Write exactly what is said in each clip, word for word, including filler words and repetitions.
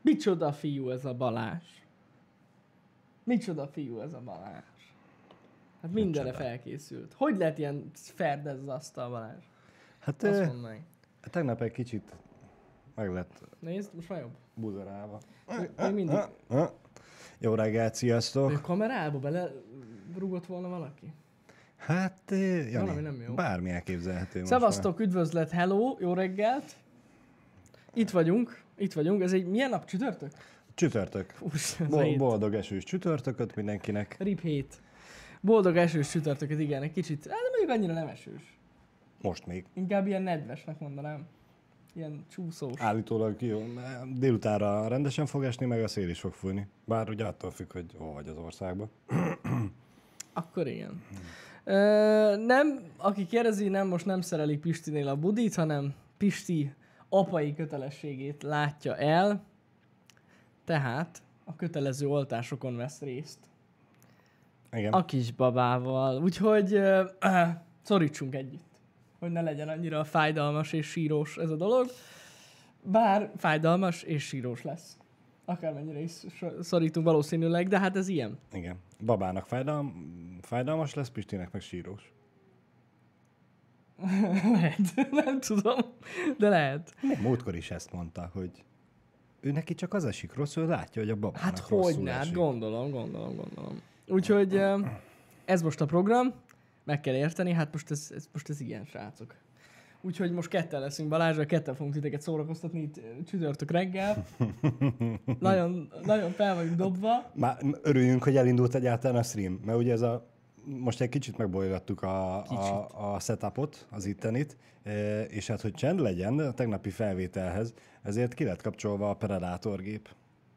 Micsoda fiú ez a Balázs. Micsoda fiú ez a Balázs. Hát mindenre felkészült. Hogy lehet ilyen ferd ez az asztal, Balázs? Hát Azt ö, mondd meg. tegnap egy kicsit meg lett Nézd, most már jobb. buzerálva. Még mindig. Jó reggelt, sziasztok! A kamerába bele rúgott volna valaki? Hát, ö, Valami Jani, nem jó. bármi elképzelhető most Szevasztok, üdvözlet, hello, jó reggelt! Itt vagyunk, itt vagyunk. Ez egy milyen nap? Csütörtök? már. Csütörtök. Úristen, ez a Bo- hét. boldog esős csütörtököt mindenkinek. Rip hét. Boldog esős csütörtöket, igen, egy kicsit. Hát de mondjuk annyira nem esős. Most még. Inkább ilyen nedvesnek mondanám. Ilyen csúszós. Állítólag jó, délutánra rendesen fog esni, meg a szél is fog fújni. Bár ugye attól függ, hogy hol vagy az országban. Akkor igen. Ö, nem, aki kérdezi, nem most nem szereli Pistinél a budit, hanem Pisti apai kötelességét látja el, tehát a kötelező oltásokon vesz részt. Igen. A kisbabával. Úgyhogy ö, ö, szorítsunk együtt, hogy ne legyen annyira fájdalmas és sírós ez a dolog. Bár fájdalmas és sírós lesz. Akármennyire is so- szorítunk valószínűleg, de hát ez ilyen. Igen. Babának fájdalm, fájdalmas lesz, Pistinek meg sírós. Lehet, nem tudom, de lehet. Még múltkor is ezt mondta, hogy ő neki csak az esik rossz, hogy látja, hogy a babának Hát rosszul hogyne, hát esik. gondolom, gondolom, gondolom. Úgyhogy ö, ez most a program, meg kell érteni, hát most ez, ez, most ez ilyen, srácok. Úgyhogy most ketten leszünk Balázsra, ketten fogunk titeket szórakoztatni itt ö, csütörtök reggel. nagyon, nagyon fel vagyunk dobva. Már örüljünk, hogy elindult egyáltalán a stream, mert ugye ez a most egy kicsit megbolygattuk a, a, a setupot, az ittenit, e, és hát, hogy csend legyen a tegnapi felvételhez, ezért ki lett kapcsolva a Predator gép.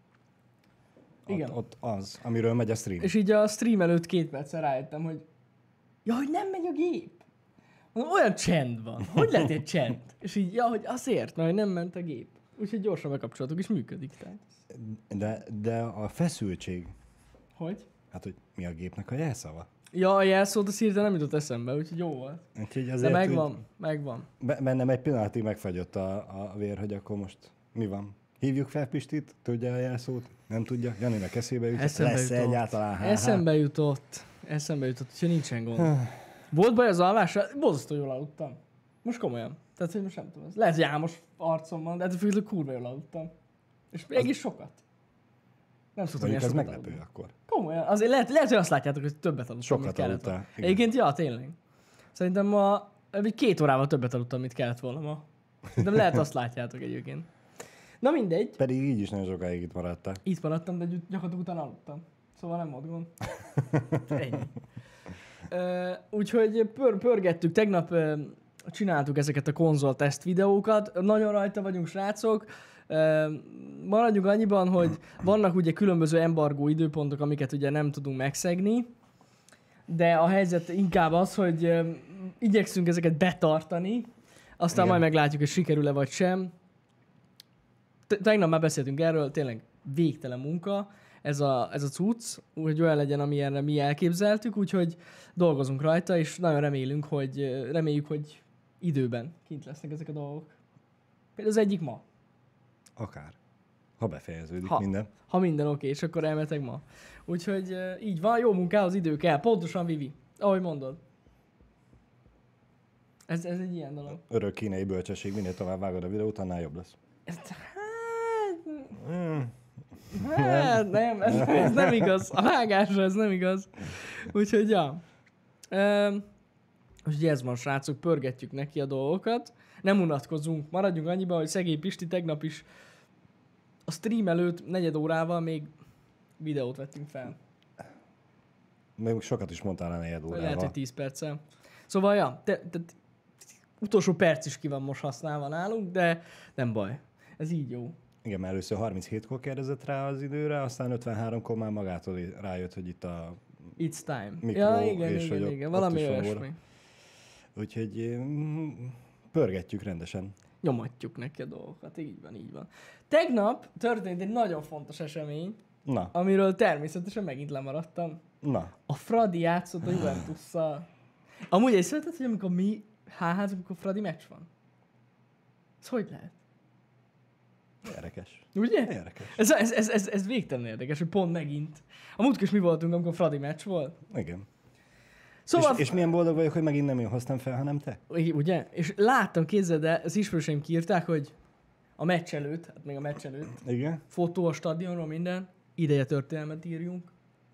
Igen. Ott, ott az, amiről megy a stream. És így a stream előtt két perccel rájöttem, hogy ja, hogy nem megy a gép. Mondom, olyan csend van. Hogy lehet egy csend? És így, ja, hogy azért, mert nem ment a gép. Úgyhogy gyorsan bekapcsoltuk, és működik. Tehát. De, de a feszültség, Hogy? hát, hogy mi a gépnek a jelszava? Ja, a jelszót azt hirtelen nem jutott eszembe, úgyhogy jó volt. Úgyhogy De azért, megvan, hogy megvan. be- bennem egy pillanatig megfagyott a, a vér, hogy akkor most mi van? Hívjuk fel Pistit, tudja a jelszót? Nem tudja? Janinak eszébe jutott? Eszembe Lesz jutott. egyáltalán? Há, há. Eszembe jutott. Eszembe jutott, úgyhogy nincsen gond. Volt baj az alvással? Borzasztó jól aludtam. Most komolyan. Tehát, hogy most nem tudom. Lehet, hogy álmos arcom van, de hát függetlenül kurva jól aludtam. És mégis sokat. Nem szoktam ilyen Mondjuk ez sokat meglepő aludni. akkor. Komolyan. Azért lehet, lehet, hogy azt látjátok, hogy többet aludtam, Sokat mint kellett aludtál, volna. igen. Egyébként, ja, tényleg. Szerintem ma egy két órával többet aludtam, mint kellett volna ma. Szerintem lehet azt látjátok egyébként. Na mindegy. Pedig így is nagyon sokáig itt maradtál. Itt maradtam, de gy- gyakorlatilag utána aludtam. Szóval nem volt gond. Ennyi. Ö, úgyhogy pör, pörgettük, tegnap ö, csináltuk ezeket a konzol teszt videókat. Nagyon rajta vagyunk, srácok. Ö, maradjunk annyiban, hogy vannak ugye különböző embargó időpontok, amiket ugye nem tudunk megszegni. De a helyzet inkább az, hogy ö, igyekszünk ezeket betartani. Aztán Igen. majd meglátjuk, hogy sikerül-e vagy sem. Te- Tegnap már beszéltünk erről, tényleg végtelen munka ez a, ez a cucc, hogy olyan legyen, amilyenre mi elképzeltük, úgyhogy dolgozunk rajta, és nagyon remélünk, hogy, reméljük, hogy időben kint lesznek ezek a dolgok. Például az egyik ma. Akár. Ha befejeződik Ha. minden. Ha minden oké, és akkor elmetek ma. Úgyhogy eh, így van, jó munkához idő kell. Pontosan, Vivi. Ahogy mondod. Ez, ez egy ilyen dolog. Örök kínai bölcsesség, minél tovább vágod a videót, annál jobb lesz. Ez, hát, Mm. Hát nem, ez, ez nem igaz. A vágásra ez nem igaz. Úgyhogy, ja. Ehm, Úgyhogy ez van, srácok, pörgetjük neki a dolgokat. Nem unatkozunk. Maradjunk annyiba, hogy szegény Pisti tegnap is a stream előtt negyed órával még videót vettünk fel. Még sokat is mondtál a negyed Vagy lehet, hogy órával. tíz perccel. Szóval, ja, te, te, utolsó perc is ki van most használva nálunk, de nem baj. Ez így jó. Igen, mert először harminchét-kor kérdezett rá az időre, aztán ötvenháromkor már magától rájött, hogy itt a... It's time. Mikro, Ja, igen, és hogy igen, ott- igen. ott Valami is van olyasmi. óra. Úgyhogy mm, pörgetjük rendesen. Nyomatjuk neki a dolgokat. Így van, így van. Tegnap történt egy nagyon fontos esemény, Na, amiről természetesen megint lemaradtam. na. A Fradi játszott a Juventusszal. Amúgy észrevetted, hogy amikor mi há házunk, amikor Fradi meccs van? Ez hogy lehet? Érdekes. Ugye? Érdekes. Ez, ez, ez, ez, ez végtelen érdekes, hogy pont megint. A múltkor is mi voltunk, amikor Fradi meccs volt. Igen. Szóval... És, és milyen boldog vagyok, hogy megint nem én hoztam fel, hanem te. Ugye? És láttam, képzeld, de az ismerőseim kiírták, hogy a meccs előtt, hát még a meccs előtt, Igen. fotó a stadionról, minden, ideje történelmet írjunk.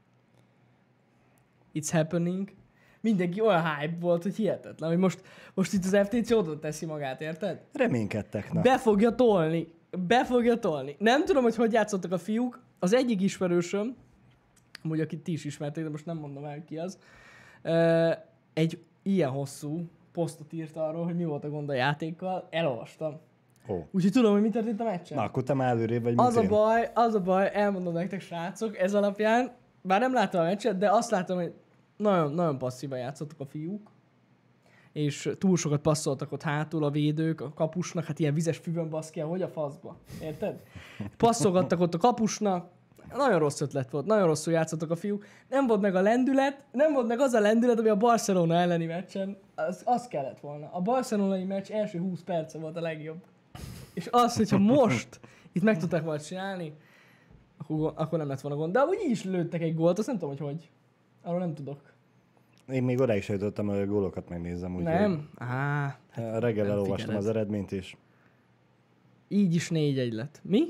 It's happening. Mindenki olyan hype volt, hogy hihetetlen, hogy most, most itt az ef té cé oda teszi magát, érted? Reménykedtek, na. Be fogja tolni. Be fogja tolni. Nem tudom, hogy hogy játszottak a fiúk. Az egyik ismerősöm, amúgy akit ti is ismerték, de most nem mondom el, ki az, egy ilyen hosszú posztot írt arról, hogy mi volt a gond a játékkal. Elolvastam. Oh. Úgyhogy tudom, hogy mi történt a meccsen. Na, akkor te már előrébb vagy, mint Az a én. baj, az a baj, elmondom nektek, srácok, ez alapján, bár nem láttam a meccset, de azt láttam, hogy nagyon, nagyon passzívan játszottak a fiúk, és túl sokat passzoltak ott hátul a védők, a kapusnak, hát ilyen vizes füvön basz ki, hogy a faszba, érted? Passzolgattak ott a kapusnak, nagyon rossz ötlet volt, nagyon rosszul játszottak a fiúk, nem volt meg a lendület, nem volt meg az a lendület, ami a Barcelona elleni meccsen, az, az kellett volna. A barcelonai meccs első húsz perce volt a legjobb. És az, hogyha most itt meg tudták volna csinálni, akkor, akkor nem lett volna gond. De amúgy így is lőttek egy gólt, azt nem tudom, hogy hogy. Arról nem tudok. Én még odáig se jutottam, hogy a gólokat megnézzem. Úgy Nem? Á. Hát reggel elolvastam figyeled. az eredményt, és... Így is négy egy lett. Mi?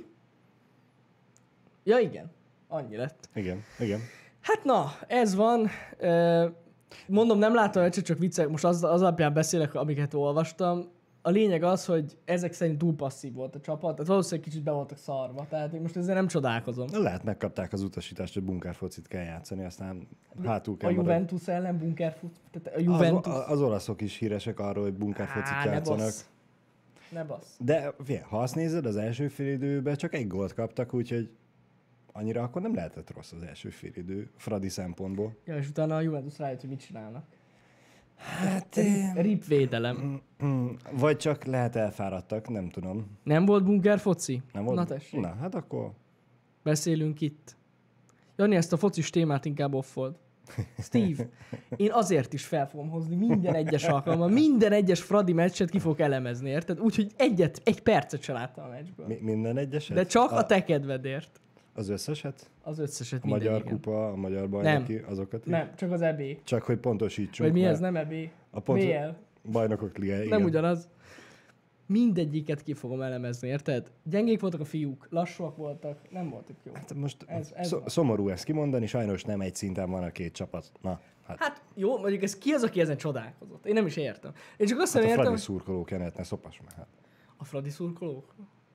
Ja igen. Annyi lett. Igen, igen. Hát na, ez van. Mondom, nem láttam egyszer, csak viccek. Most az, az alapján beszélek, amiket olvastam. A lényeg az, hogy ezek szerint túl passzív volt a csapat, tehát valószínűleg kicsit be voltak szarva, tehát én most ezzel nem csodálkozom. Lehet megkapták az utasítást, hogy bunkárfocit kell játszani, aztán hátul kell A maradni. Juventus ellen bunkerfut, tehát a Juventus... Az, az olaszok is híresek arról, hogy bunkárfocit Á, ne játszanak. bassz. Ne bassz. De figyelj, ha azt nézed, az első félidőben csak egy gólt kaptak, úgyhogy annyira akkor nem lehetett rossz az első félidő Fradi szempontból. Ja, és utána a Juventus rájött, hogy mit csinálnak. Hát... Rip védelem. Vagy csak lehet elfáradtak, nem tudom. Nem volt bunker foci? Nem volt? Na tessék. Na, hát akkor... Beszélünk itt. Jani, ezt a focis témát inkább offold. Steve, én azért is fel fogom hozni minden egyes alkalommal, minden egyes Fradi meccset ki fogok elemezni, érted? Úgyhogy egyet, egy percet se láttam a meccsből. Mi, minden egyeset? De csak a, a te kedvedért. Az összeset? Az összeset A magyar mindegyiken. kupa, a magyar bajnoki, azokat is? Nem, csak az é bé. Csak hogy pontosítsunk. Vagy mi mert ez, nem é bé? A pont... bé el. Bajnokok liga, igen. Nem ugyanaz. Mindegyiket ki fogom elemezni, érted? Gyengék voltak a fiúk, lassúak voltak, nem voltak jó. Hát most Ez- ez szó- van. szomorú ezt kimondani, sajnos nem egy szinten van a két csapat. Na, hát, Hát jó, mondjuk ez ki az, aki ezen csodálkozott? Én nem is értem. Én csak azt hát nem a értem, Fradi hogy... szurkolók ennek ne szopas meg. Hát. A Fradi szurkolók?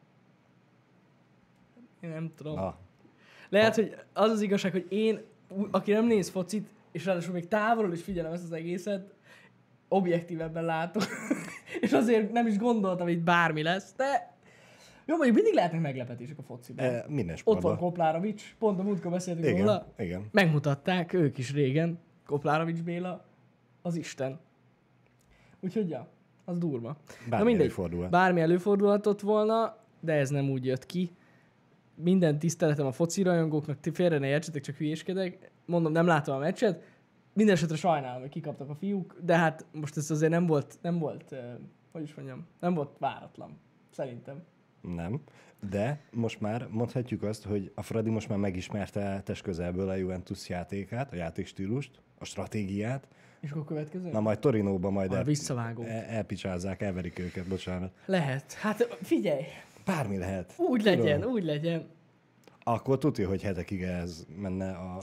Én nem tudom. Na, Lehet, hogy az az igazság, hogy én, ú- aki nem néz focit, és ráadásul még távolról is figyelem ezt az egészet, objektívebben látom. És azért nem is gondoltam, hogy itt bármi lesz, de jó, mondjuk mindig lehetnek meglepetések a fociban. e, minden Ott van sportban. Koplárovics, pont a múltkor beszéltünk Igen, róla. igen. Megmutatták ők is régen, Koplárovics Béla, az Isten. Úgyhogy ja, az durva. Bármi előfordulhat. Bármi előfordulhatott volna, de ez nem úgy jött ki. Minden tiszteletem a foci rajongóknak, ti félre ne értsetek, csak hülyéskedek. Mondom, nem látom a meccset. Minden esetre sajnálom, hogy kikaptak a fiúk, de hát most ez azért nem volt, nem volt, uh, hogy is mondjam, nem volt váratlan. Szerintem. Nem. De most már mondhatjuk azt, hogy a Fradi most már megismerte testközelből a Juventus játékát, a játékstílust, a stratégiát. És akkor a következő? Na majd Torinóban majd A el, visszavágó. el, elpicsázzák, elverik őket, bocsánat. Lehet. Hát figyelj, Bármi lehet. úgy Tudom. legyen, úgy legyen. Akkor tudja, hogy hetekig ez menne a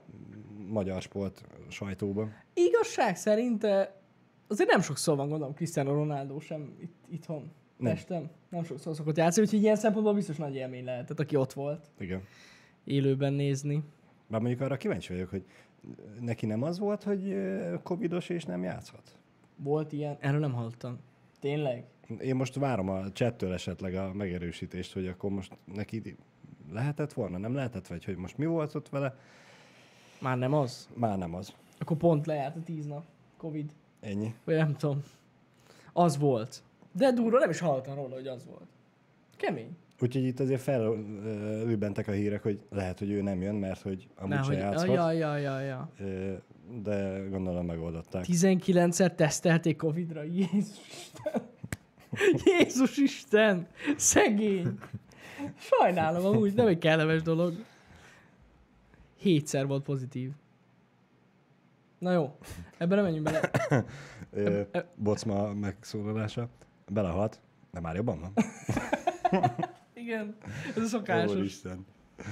magyar sport sajtóban. Igazság szerint eh, azért nem sokszor van, gondolom, Cristiano Ronaldo sem itt, itthon. Nem. Pestem. Nem sokszor szokott játszani, úgyhogy ilyen szempontból biztos nagy élmény lehetett, aki ott volt Igen. élőben nézni. Bár mondjuk arra kíváncsi vagyok, hogy neki nem az volt, hogy ö, covidos és nem játszhat? Volt ilyen, erről nem hallottam. Tényleg? Én most várom a chattől esetleg a megerősítést, hogy akkor most neki lehetett volna, nem lehetett, vagy hogy most mi volt ott vele? Már nem az? Már nem az. Akkor pont lejárt a tíz nap. Covid. Ennyi. Vagy nem tudom. Az volt. De durva, nem is hallottam róla, hogy az volt. Kemény. Úgyhogy itt azért felübbentek a hírek, hogy lehet, hogy ő nem jön, mert hogy amúgy se Nehogy, játszhat. ja, ja, ja, ja. Ö, De gondolom megoldották. tizenkilencszer tesztelték Covidra. Jézus Isten. Jézus Isten. Szegény. Sajnálom, amúgy nem egy kellemes dolog. Hétszer volt pozitív. Na jó, ebben nem menjünk bele. Ö, Bocma megszólalása. Belehalt, de már jobban van. Igen, ez a szokásos. Úristen.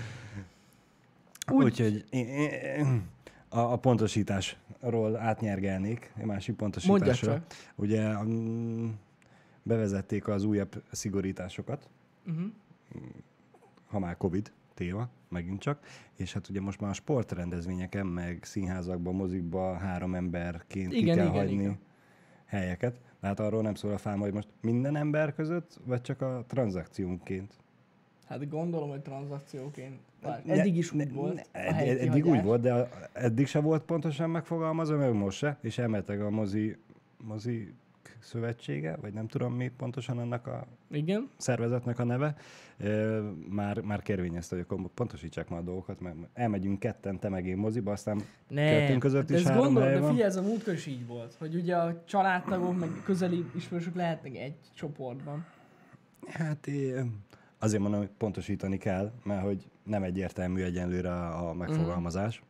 Úgy- Úgyhogy én- én- a, a pontosításról átnyergelnék, egy másik Mondja pontosításra. csak. Ugye mm, bevezették az újabb szigorításokat, Uh-huh. ha már Covid téma, megint csak, és hát ugye most már a sportrendezvényeken, meg színházakban, mozikban három emberként ki Igen, kell igen, hagyni igen. helyeket. De hát arról nem szól a fám, hogy most minden ember között, vagy csak a tranzakciónként. Hát gondolom, hogy tranzakcióként. Már Ne- eddig is ne- úgy volt. ne- a ed- helyi eddig úgy kihagyás. volt, de a- eddig se volt pontosan megfogalmazva, meg most se, és elméletileg a mozi, mozi szövetsége, vagy nem tudom mi pontosan annak a Igen. szervezetnek a neve, ö, már, már kérvényezte, hogy akkor pontosítsák már a dolgokat, mert elmegyünk ketten, te meg én moziba, aztán Nem, kettőnk között hát is ezt három gondolom, hely de van. figyelj, ez a múltkor is így volt, hogy ugye a családtagok, meg közeli ismerősök lehetnek egy csoportban. Hát én azért mondom, hogy pontosítani kell, mert hogy nem egyértelmű egyenlőre a megfogalmazás.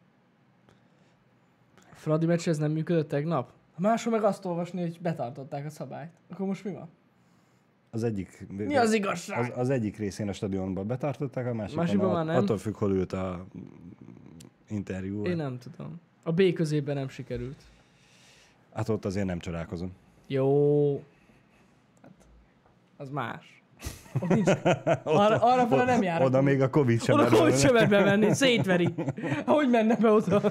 A Fradi meccs ez nem működött tegnap? Máshol meg azt olvasni, hogy betartották a szabályt. Akkor most mi van? Az egyik... Mi az igazság? Az, az egyik részén a stadionban betartották, a másikon Másikban a, már nem. attól függ, hol ült a interjú. Én nem tudom. A B közében nem sikerült. Hát ott azért nem csodálkozom. Jó. Hát, az más. Ott nincs. Arra, arra fele nem járok. Oda még a Covid sem. Oda merül. Covid sem mer bemenni, szétveri. Hogy menne be oda?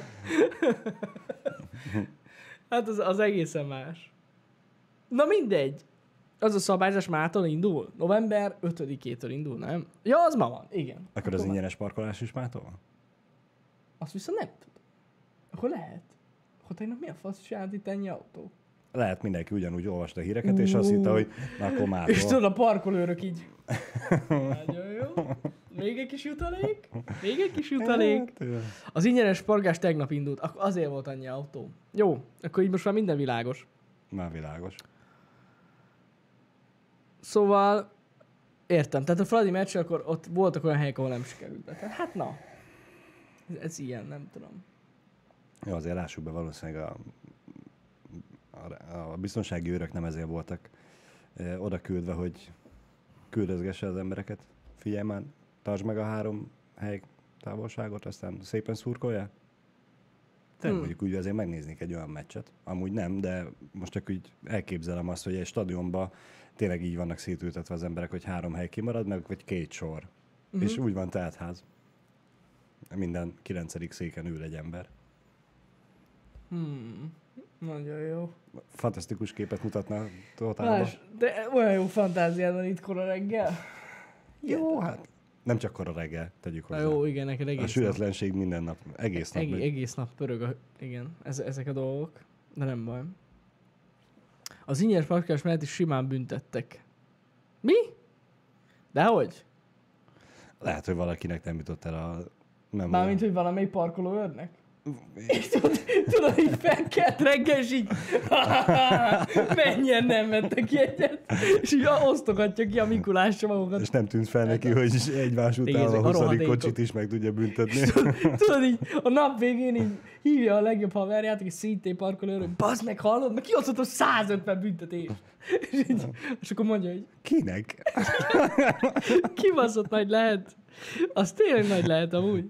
Hát az, az egészen más. Na mindegy. Az a szabályzás mától indul? November ötödikétől indul, nem? Ja, az ma van, igen. Akkor az már- ingyenes parkolás is mától van? Azt viszont nem tudom. Akkor lehet. Akkor tegnap mi a fasz csinált itt ennyi autó? Lehet mindenki ugyanúgy olvasta a híreket, és azt hitte, hogy na akkor mától. És tudod, a parkolőrök így. Nagyon jó. Még egy kis jutalék? Még egy kis jutalék? Hát, ö, Az ingyenes parkás tegnap indult, akkor azért volt annyi autó. Jó, akkor így most már minden világos. Már világos. Szóval, értem. Tehát a Fradi meccs, akkor ott voltak olyan helyek, ahol nem sikerült be. Tehát, hát na. Ez, ez ilyen, nem tudom. Jó, azért lássuk be, valószínűleg a, a, a biztonsági őrök nem ezért voltak e, oda küldve, hogy küldözgesse az embereket. Figyelj már, tartsd meg a három hely távolságot, aztán szépen szurkolja. Te Hmm. mondjuk úgy azért megnéznék egy olyan meccset. Amúgy nem, de most csak úgy elképzelem azt, hogy egy stadionban tényleg így vannak szétültetve az emberek, hogy három hely kimarad, meg vagy két sor. Uh-huh. És úgy van teltház. Minden kilencedik széken ül egy ember. Hmm. Nagyon jó. Fantasztikus képet mutatna totálban. Más, de olyan jó fantáziád van itt kora reggel. Jó, hát nem csak kora reggel, tegyük Na hozzá. jó, igen, neked A egész nap. sületlenség minden nap, egész nap. Egész, megy. egész nap pörög, a, igen, ez, ezek a dolgok. De nem baj. Az ingyenes parkolás mellett is simán büntettek. Mi? Dehogy? Lehet, hogy valakinek nem jutott el a memória. Mármint, hogy valamelyik parkolóőrnek? És tudod, tudod, így felkelt reggel, és így mennyien nem vettek jegyet, és így osztogatja ki a Mikulás csomagokat. És nem tűnt fel neki, hogy egymás után ezek a a huszadik rohadékok. kocsit is meg tudja büntetni. Tudod, így a nap végén így hívja a legjobb haverját, aki szintén parkolőr, hogy bazd meg, hallod? Meg kiosztottam százötven büntetés. És, így, és akkor mondja, hogy Kinek? kibaszott nagy lehet. Az tényleg nagy lehet amúgy.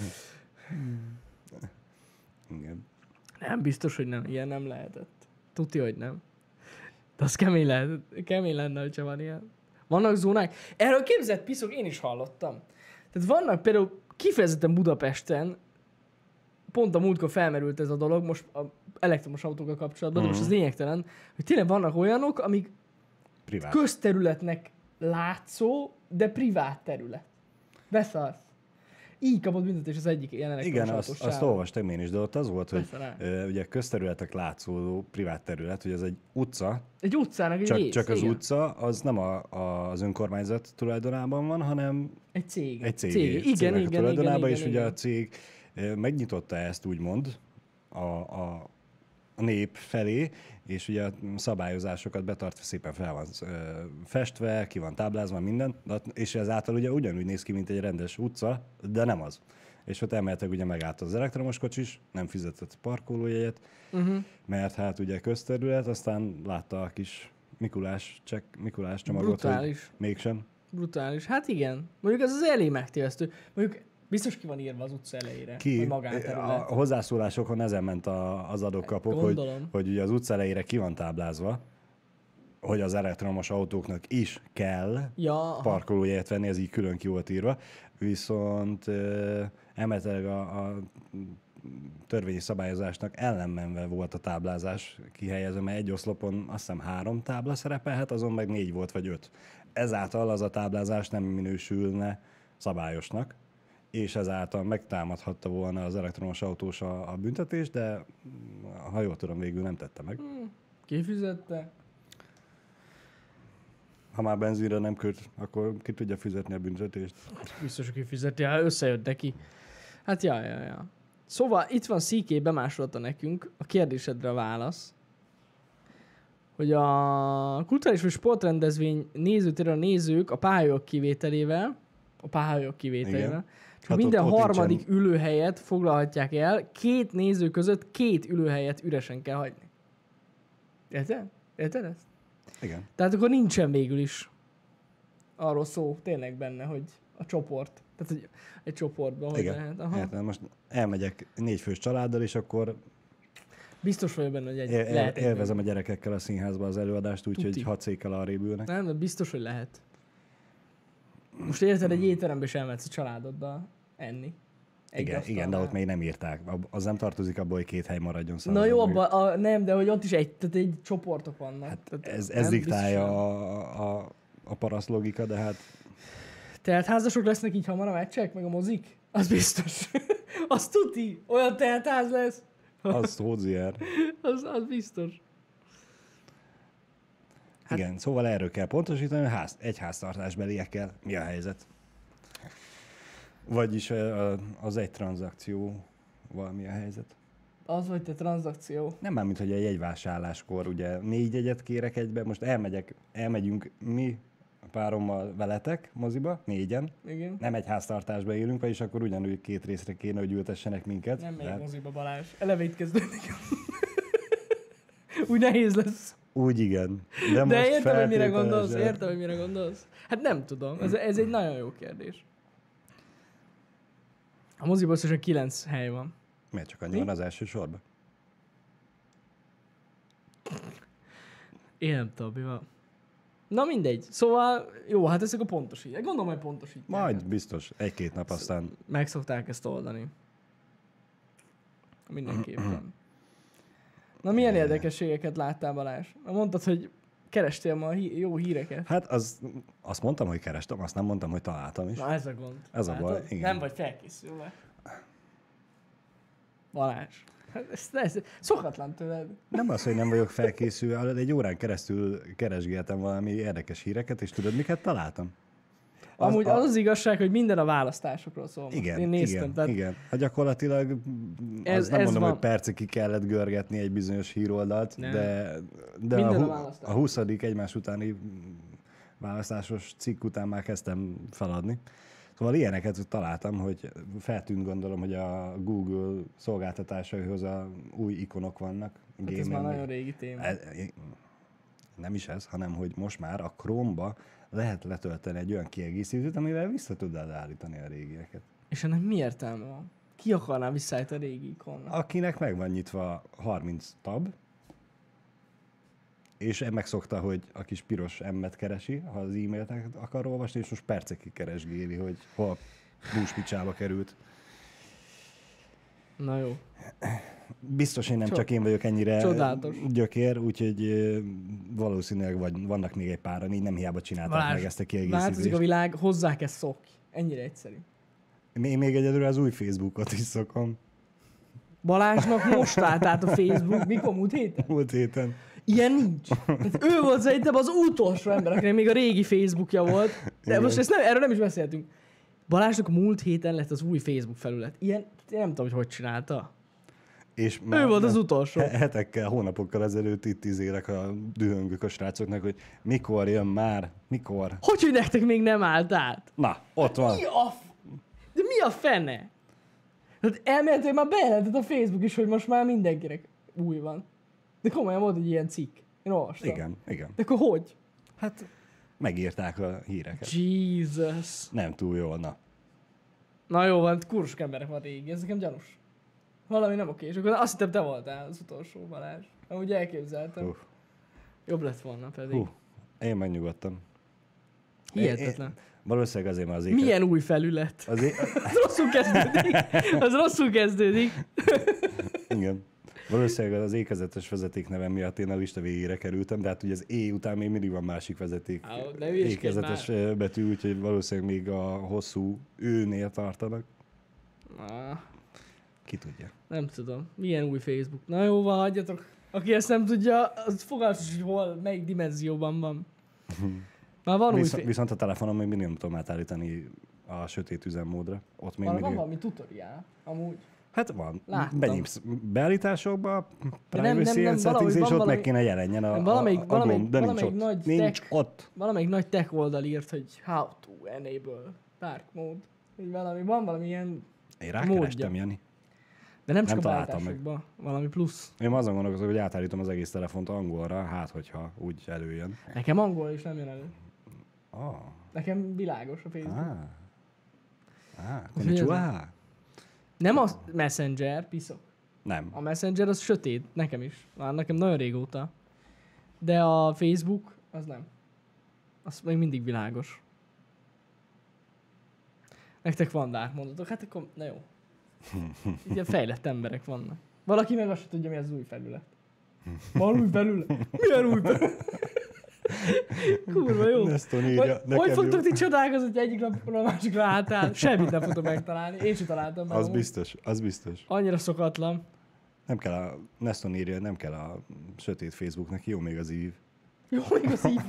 Igen. Nem, biztos, hogy nem. Ilyen nem lehetett. Tuti, hogy nem. De az kemény, lehet, kemény lenne, hogyha van ilyen. Vannak zónák. Erről képzett piszok, én is hallottam. Tehát vannak például kifejezetten Budapesten, pont a múltkor felmerült ez a dolog, most a elektromos autókkal kapcsolatban, de most az lényegtelen, hogy tényleg vannak olyanok, amik Privát. közterületnek látszó, de privát terület. Beszarsz. Így kapott büntetés az egyik ilyen elektromos Igen, autós azt, azt sávon. olvastam én is, de ott az volt, hogy Persze, ö, ugye közterületek látszódó privát terület, hogy ez egy utca, Egy utcának egy csak, rész, csak az igen. utca, az nem a, a, az önkormányzat tulajdonában van, hanem Egy cég. egy cég, cég. Igen, cégnek igen, a tulajdonában, igen, és igen, ugye igen. a cég ö, megnyitotta ezt úgymond, a, a a nép felé, és ugye a szabályozásokat betartva szépen fel van festve, ki van táblázva, minden, és ezáltal ugye ugyanúgy néz ki, mint egy rendes utca, de nem az. És ott emeltek ugye megállt az elektromos kocsis, nem fizetett parkolójegyet, uh-huh. mert hát ugye közterület, aztán látta a kis Mikulás, csekk, Mikulás csomagot, Brutális. hogy mégsem. Brutális. Hát igen. Mondjuk ez az elég megtévesztő. Mondjuk biztos ki van írva az utca elejére. Ki? A hozzászólásokon ezen ment a, az adok-kapok, hogy, hogy ugye az utca elejére ki van táblázva, hogy az elektromos autóknak is kell ja, parkolójegyet venni, ez így külön ki volt írva. Viszont emeletileg a, a törvényi szabályozásnak ellenmenve volt a táblázás kihelyezve, mert egy oszlopon azt hiszem három tábla szerepelhet, azon meg négy volt vagy öt. Ezáltal az a táblázás nem minősülne szabályosnak, és ezáltal megtámadhatta volna az elektromos autós a, a büntetést, de ha jól tudom, végül nem tette meg. Hmm. Kifizette? Ha már benzinre nem köt, akkor ki tudja fizetni a büntetést? Biztos, hogy kifizeti, ha összejött neki. Hát ja, ja, ja. Szóval itt van cé ká, bemásolta nekünk a kérdésedre a válasz, hogy a kulturális vagy sportrendezvény nézőtéren a nézők a pályajog kivételével, a pályajog kivételével, csak hát minden ott, harmadik ott ülőhelyet foglalhatják el, két néző között két ülőhelyet üresen kell hagyni. Érted? Érted ezt? Igen. Tehát akkor nincsen végül is arról szó tényleg benne, hogy a csoport, tehát egy, egy csoportban, hogy igen. lehet. Aha. Értem, most elmegyek négyfős családdal, és akkor biztos vagyok benne, hogy egy, el, lehet. Élvezem a gyerekekkel a színházba az előadást, úgyhogy hat székkel arrébb ülnek. Nem, de biztos, hogy lehet. Most érted, egy étterembe is elmehetsz a családoddal enni. Igen, igen, de ott még nem írták. Az nem tartozik abból, hogy két hely maradjon szabad. Na jó, abba, a, nem, de hogy ott is egy, tehát egy csoportok vannak. Hát tehát ez, ez diktálja a, a, a paraszt logika, de hát... Tehát házasok lesznek így hamar a meccsek, meg a mozik? Az biztos. Az tuti. Olyan teltház lesz. Az hódzier. az, az biztos. Hát... Igen, szóval erről kell pontosítani, ház, egy háztartásbeliekkel mi a helyzet. Vagyis az egy tranzakcióval mi a helyzet. Az vagy te tranzakció. Nem már, mint hogy egy jegyvásárláskor ugye négy jegyet kérek egybe, most elmegyek, elmegyünk mi párommal veletek moziba, négyen. Igen. Nem egy háztartásba élünk, vagyis akkor ugyanúgy két részre kéne, hogy ültessenek minket. Nem megyek moziba, Balázs. Eleve itt kezdődik. Úgy nehéz lesz. Úgy igen. De, De értem, hogy mire gondolsz, értem, hogy mire gondolsz. Hát nem tudom, ez, ez egy nagyon jó kérdés. A moziban összesen kilenc hely van. Miért csak annyi van az első sorban? Én nem tudom, mi van. Na mindegy. Szóval, jó, hát ezek a pontosítják. Gondolom, hogy pontosítják. Majd biztos. Egy-két nap aztán... Meg szokták ezt oldani. Mindenképpen. Na milyen érdekességeket láttál, Balázs? Mondtad, hogy kerestél ma hí- jó híreket. Hát az, azt mondtam, hogy kerestem, azt nem mondtam, hogy találtam is. Na ez a gond. Ez a baj, igen. Nem vagy felkészülve. Balázs. Ez, ez szokatlan tőled. Nem az, hogy nem vagyok felkészülve, egy órán keresztül keresgéltem valami érdekes híreket, és tudod, miket találtam? Az, Amúgy az az igazság, hogy minden a választásokról szól. Igen, én néztem. igen, tehát igen. Hát gyakorlatilag ez, az nem ez mondom, van. hogy percekig kellett görgetni egy bizonyos híroldalt, nem. de, de minden a, hu- a huszadik egymás utáni választásos cikk után már kezdtem feladni. Szóval ilyeneket találtam, hogy feltűnt, gondolom, hogy a Google szolgáltatásaihoz a új ikonok vannak. Hát ez már nagyon régi téma. Nem is ez, hanem hogy most már a Chrome-ba lehet letölteni egy olyan kiegészítőt, amivel vissza tudod állítani a régieket. És ennek mi értelme van? Ki akarná visszaállítani a régi ikonnak? Akinek meg van nyitva harminc tab, és megszokta, hogy a kis piros M-et keresi, ha az e-mailt akar olvasni, és most percekig keresgéli, hogy hol búspicsába került. Na jó. Biztos, én nem Csod. csak én vagyok ennyire Csodálatos. gyökér, úgyhogy valószínűleg vagy, vannak még egy páran, így nem hiába csinálták Balázs, meg ezt a kiegészítést. Változik a világ, hozzá kell szokni. Ennyire egyszerű. Én még egyedül az új Facebookot is szokom. Balázsnak most állt át a Facebook, mikor múlt héten? Múlt héten. Ilyen nincs. Hát ő volt szerintem az utolsó ember, akinek még a régi Facebookja volt. De igen. Most ezt nem, erről nem is beszéltünk. Balázsnak múlt héten lett az új Facebook felület. Ilyen, én nem tudom, hogy hogy csinálta. És ő volt az utolsó. Hetekkel, hónapokkal ezelőtt itt izélek a dühöngök a srácoknak, hogy mikor jön már, mikor. Hogy, hogy nektek még nem állt át? Na, ott van. Mi a, f... De mi a fene? Tehát elméletileg már bejelentett a Facebook is, hogy most már mindenkinek új van. De komolyan volt egy ilyen cikk. Én olvastam. Igen, igen. De akkor hogy? Hát megírták a híreket. Jesus. Nem túl jól, na. Na jó van, kurusok emberek van régi, ez nekem gyanús. Valami nem oké, és akkor azt hittem te voltál az utolsó, Balázs. Amúgy elképzeltem. Uh. Jobb lett volna pedig. Uh. Én megnyugodtam. Hihetetlen. Én, valószínűleg azért már az éket... Milyen új felület? Az é... Az rosszul kezdődik. Az rosszul kezdődik. Igen. Valószínűleg az ékezetes vezeték nevem miatt én a lista végére kerültem, de hát ugye az é után még mindig van másik vezeték. Á, ékezetes már. Betű, úgyhogy valószínűleg még a hosszú őnél tartanak. Ah, ki tudja. Nem tudom. Milyen új Facebook? Na jó, van, hagyjatok. Aki ezt nem tudja, az fogalmas, hogy hol, melyik dimenzióban van. Már van Visz, új fe... Viszont a telefonom még mindig nem tudom átállítani a sötét üzemmódra. Ott még van, mindig... van valami tutoriál, amúgy. Hát van. Láttam. Benyomsz beállításokba, nem, privacy nem, and nem, settings, és ott valami, meg kéne jelenjen a, valamelyik, a, a valamelyik, gomb, de nincs valamelyik ott. nagy Nincs tech, ott. Valamelyik nagy tech oldal írt, hogy how to enable dark mode. Így valami, van valami ilyen Én rákerestem, Jani. De nem csak nem a találtam meg. beállításokban, valami plusz. Én azon gondolkozom, hogy átállítom az egész telefont angolra, hát hogyha úgy előjön. Nekem angol is nem jön elő. Ah. Nekem világos a Facebook. Ah. Ah, konnichiwa. Nem a Messenger, piszok. Nem. A Messenger az sötét, nekem is. Már nekem nagyon régóta. De a Facebook, az nem. Az még mindig világos. Nektek van dark mondatok, hát akkor, na jó. Ilyen fejlett emberek vannak. Valaki meg azt sem tudja, mi az új felület. Van új felület? Milyen új felület? Kurva jó. Írja, hogy hogy fogtok ti csodálkozni, hogy egyik napról a másikra átáll? Semmit nem fogtok megtalálni. Én sem találtam meg. Az biztos, az biztos. Annyira szokatlan. Nem kell a, Neston írja, nem kell a sötét Facebooknak, jó még az ív. Jó még az ív.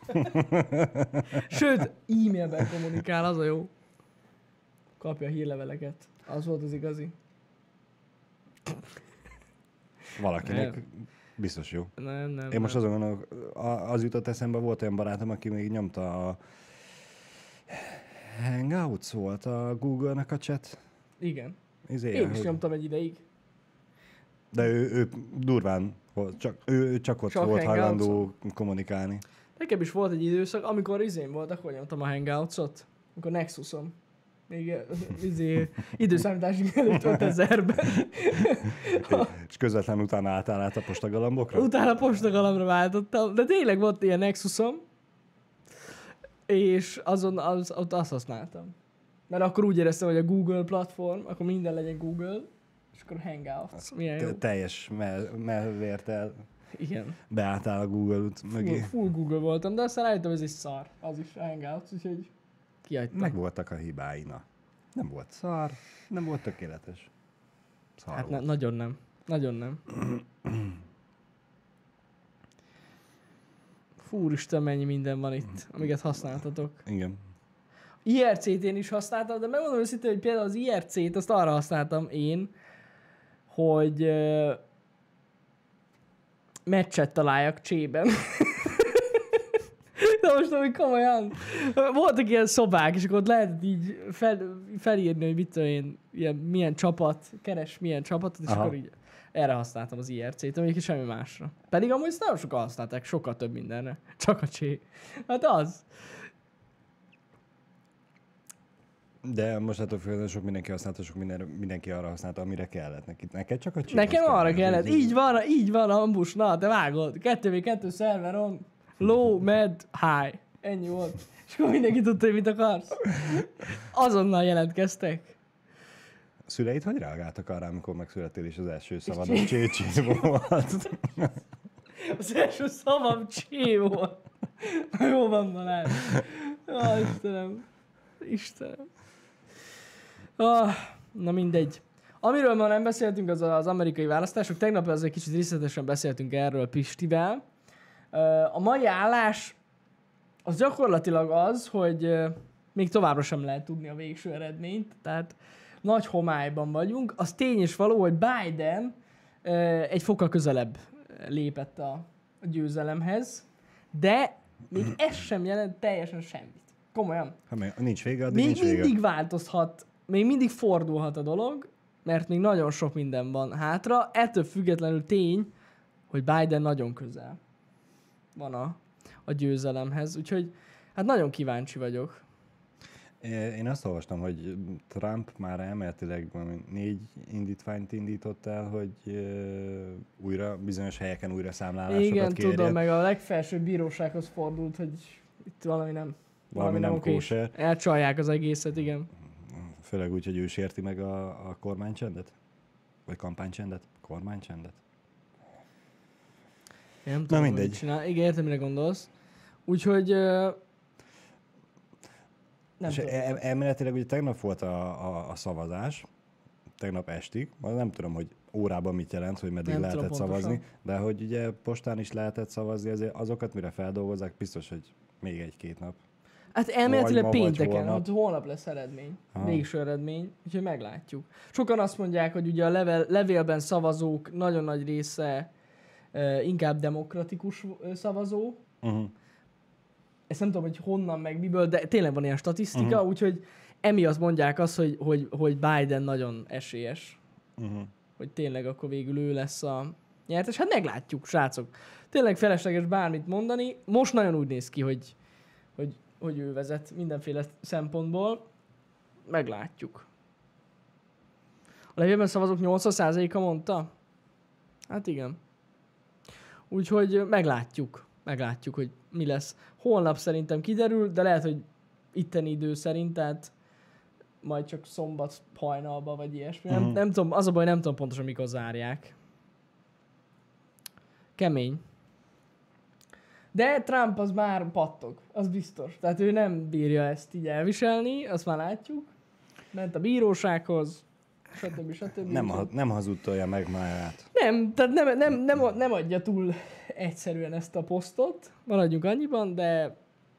Sőt, e-mailben kommunikál, az a jó. Kapja a hírleveleket. Az volt az igazi. Valakinek nem. Biztos jó. Nem, nem. Én most nem. azon gondolok, az jutott eszembe, volt olyan barátom, aki még nyomta a Hangouts volt a Google-nek a chat. Igen. Izé, Én is hogy... nyomtam egy ideig. De ő, ő durván volt, csak, ő csak ott csak volt hajlandó Hangouts-on. kommunikálni. Nekem is volt egy időszak, amikor izén volt, akkor nyomtam a Hangouts-ot. Amikor Nexuson. Még izé, időszámításig előtt ötezerben. És közvetlen utána álltál át a postagalambokra? Utána postagalambra váltottam, de tényleg volt ilyen Nexusom, és azon az, ott azt használtam. Mert akkor úgy éreztem, hogy a Google platform, akkor minden legyen Google, és akkor Hangouts. Milyen jó. Teljes melvértel Igen. beálltál a Google-t mögé. Full, full Google voltam, de aztán rájöttem, ez is szar. Az is a Hangouts, úgyhogy kihagytam. Meg voltak a hibái, na. Nem volt szar, nem volt tökéletes. Szar Hát volt. ne, nagyon nem. Nagyon nem. Fúristen, mennyi minden van itt, amiket használtatok. Igen. i er cét én is használtam, de megmondom őszintén, hogy például az i er cét azt arra használtam én, hogy uh, meccset találjak csében. De most amúgy komolyan. Voltak ilyen szobák, és akkor ott lehetett így fel, felírni, hogy mit tudom én, ilyen, milyen csapat, keres milyen csapatot, és aha. akkor így erre használtam az i er cét, amelyik semmi másra. Pedig amúgy ezt nagyon sokan használták, sokkal több mindenre. Csak a csé. Hát az. De most attól függően sok mindenki használta, sok minden, mindenki arra használta, amire kellett neki. Neked csak a csípet Nekem kellett. arra kellett. Így van, így van, Ambus. Na, te vágod. kettő vé kettő szerveron. Low, med, high. Ennyi volt. És akkor mindenki tudta, hogy mit akarsz. Azonnal jelentkeztek. A szüleid hogy reagáltak arra, amikor megszülettél, és az első szavad a csé volt? Az első szavam csé volt. Na, jó van, Balázs. Ah, Istenem. Istenem. Ah, na mindegy. Amiről ma nem beszéltünk, az az amerikai választások. Tegnap azért kicsit részletesen beszéltünk erről Pistivel. A mai állás az gyakorlatilag az, hogy még továbbra sem lehet tudni a végső eredményt, tehát nagy homályban vagyunk. Az tény és való, hogy Biden egy fokkal közelebb lépett a, a győzelemhez, de még ez sem jelent teljesen semmit. Komolyan. Ha nincs vége, addig még nincs vége. mindig változhat, még mindig fordulhat a dolog, mert még nagyon sok minden van hátra. Ettől függetlenül tény, hogy Biden nagyon közel van a, a győzelemhez. Úgyhogy hát nagyon kíváncsi vagyok. Én azt olvastam, hogy Trump már elméletileg négy indítványt indított el, hogy újra, bizonyos helyeken újra számlálásokat Igen, kérjen. tudom, meg a legfelsőbb bírósághoz fordult, hogy itt valami nem, valami nem kóser. Elcsalják az egészet, igen. Főleg úgy, hogy ő sérti meg a, a kormánycsendet? Vagy kampánycsendet? Kormánycsendet? Én nem tudom, Na mindegy. Csinál. Igen, értem, mire gondolsz. Úgyhogy... Uh, nem és tudom. el, elméletileg ugye tegnap volt a, a, a szavazás, tegnap estig, nem tudom, hogy órában mit jelent, hogy meddig nem lehetett tudom szavazni, pontosan. de hogy ugye postán is lehetett szavazni, azért azokat mire feldolgozzák, biztos, hogy még egy-két nap. Hát elméletileg Vagy ma, vagy pénteken, holnap. hogy holnap lesz eredmény. Aha. Végső eredmény, úgyhogy meglátjuk. Sokan azt mondják, hogy ugye a level, levélben szavazók nagyon nagy része uh, inkább demokratikus uh, szavazó. Uh-huh. Ezt nem tudom, hogy honnan meg miből, de tényleg van ilyen statisztika, Uh-huh. úgyhogy emiatt mondják azt, hogy, hogy, hogy Biden nagyon esélyes. Uh-huh. Hogy tényleg akkor végül ő lesz a nyertes. Hát meglátjuk, srácok. Tényleg felesleges bármit mondani. Most nagyon úgy néz ki, hogy, hogy, hogy ő vezet mindenféle szempontból. Meglátjuk. A levélben szavazók nyolcvan százaléka mondta? Hát igen. Úgyhogy meglátjuk. Meglátjuk, hogy mi lesz. Holnap szerintem kiderül, de lehet, hogy itteni idő szerint, tehát majd csak szombat hajnalba, vagy ilyesmi. Nem, Mhm. nem tudom, az a baj, nem tudom pontosan mikor zárják. Kemény. De Trump az már pattog, az biztos. Tehát ő nem bírja ezt így elviselni, azt már látjuk. Ment a bírósághoz, stb. stb. Nem, ha, nem hazudtolja meg máját. Nem, tehát nem, nem, nem, nem adja túl egyszerűen ezt a posztot, maradjunk annyiban, de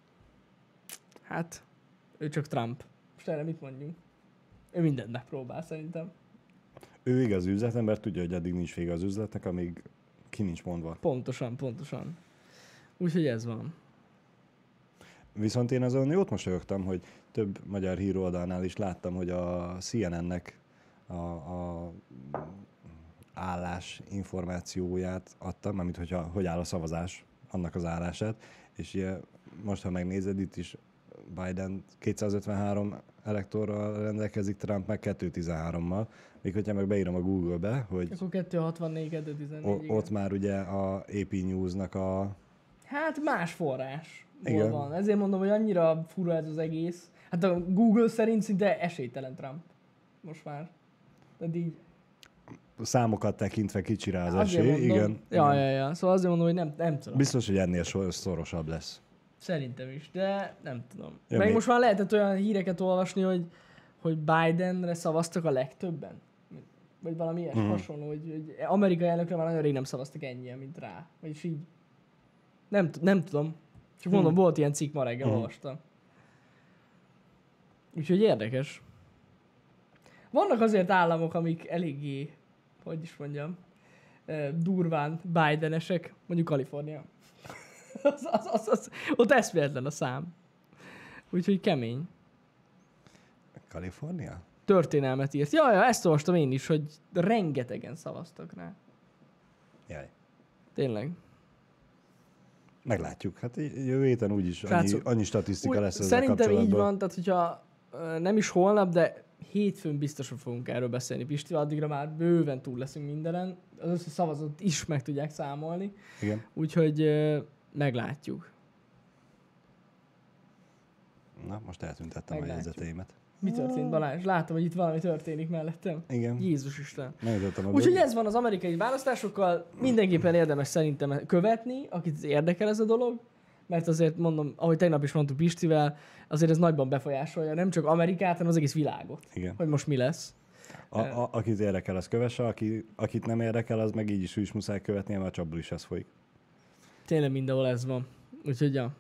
hát ő csak Trump. Most erre mit mondjunk? Ő mindent megpróbál szerintem. Ő igaz üzletember, tudja, hogy addig nincs vége az üzletnek, amíg ki nincs mondva. Pontosan, pontosan. Úgyhogy ez van. Viszont én azon jót mosolyogtam, hogy több magyar híroldalnál is láttam, hogy a C N N-nek a, a állás információját adta, mármint hogyha hogy áll a szavazás, annak az állását, és ugye, most ha megnézed, itt is Biden kétszázötvenhárom elektorral rendelkezik, Trump meg kétszáztizenhárommal, még hogyha meg beírom a Google-be, hogy Akkor kétszázhatvannégy, kétszáztizennégy, o- ott már ugye a á pé News-nak a... Hát más forrás Igen. van. Ezért mondom, hogy annyira fura ez az egész. Hát a Google szerint szinte esélytelen Trump. Most már. De így... számokat tekintve kicsi rá az Azért esély, mondom. igen. Ja, igen. ja, ja. Szóval azért mondom, hogy nem, nem tudom. Biztos, hogy ennél so- szorosabb lesz. Szerintem is, de nem tudom. Ja, Meg még- most már lehetett olyan híreket olvasni, hogy, hogy Bidenre szavaztak a legtöbben. Vagy valami ilyes Mhm. hasonló, hogy, hogy amerikai elnökre már nagyon rég nem szavaztak ennyien, mint rá. Vagyis így. Nem, t- nem tudom. Csak mondom, Mhm. volt ilyen cikk ma reggel, Mhm. olvastam. Úgyhogy érdekes. Vannak azért államok, amik eléggé, hogy is mondjam, eh, durván Bidenesek, mondjuk Kalifornia. az, az, az, az, ott eszméletlen a szám. Úgyhogy kemény. Kalifornia? Történelmet írt. Ja, ja, ezt olvastam én is, hogy rengetegen szavaztak rá. Jaj. Tényleg. Meglátjuk. Hát jövő héten úgyis annyi, Srácok, annyi statisztika Úgy, lesz ezzel szerintem kapcsolatban. így van, tehát hogyha ö, nem is holnap, de hétfőn biztosan fogunk erről beszélni Pistivel, addigra már bőven túl leszünk mindenen. Az összes szavazatot is meg tudják számolni. Igen. Úgyhogy ö, meglátjuk. Na, most eltüntettem a Meglátjuk. jegyzeteimet. Mi történt, Balázs? Látom, hogy itt valami történik mellettem. Igen. Jézus Isten. Megütöttem a Úgyhogy bőr- ez van az amerikai választásokkal. Mindenképpen érdemes szerintem követni, akit érdekel ez a dolog. Mert azért mondom, ahogy tegnap is mondtuk Pistivel, azért ez nagyban befolyásolja nem csak Amerikát, hanem az egész világot. Igen. Hogy most mi lesz. A, a, akit érdekel, az kövesse, aki, akit nem érdekel, az meg így is, úgy is muszáj követnie, mert a csapból is ez folyik. Tényleg mindenhol ez van. Úgyhogy ja.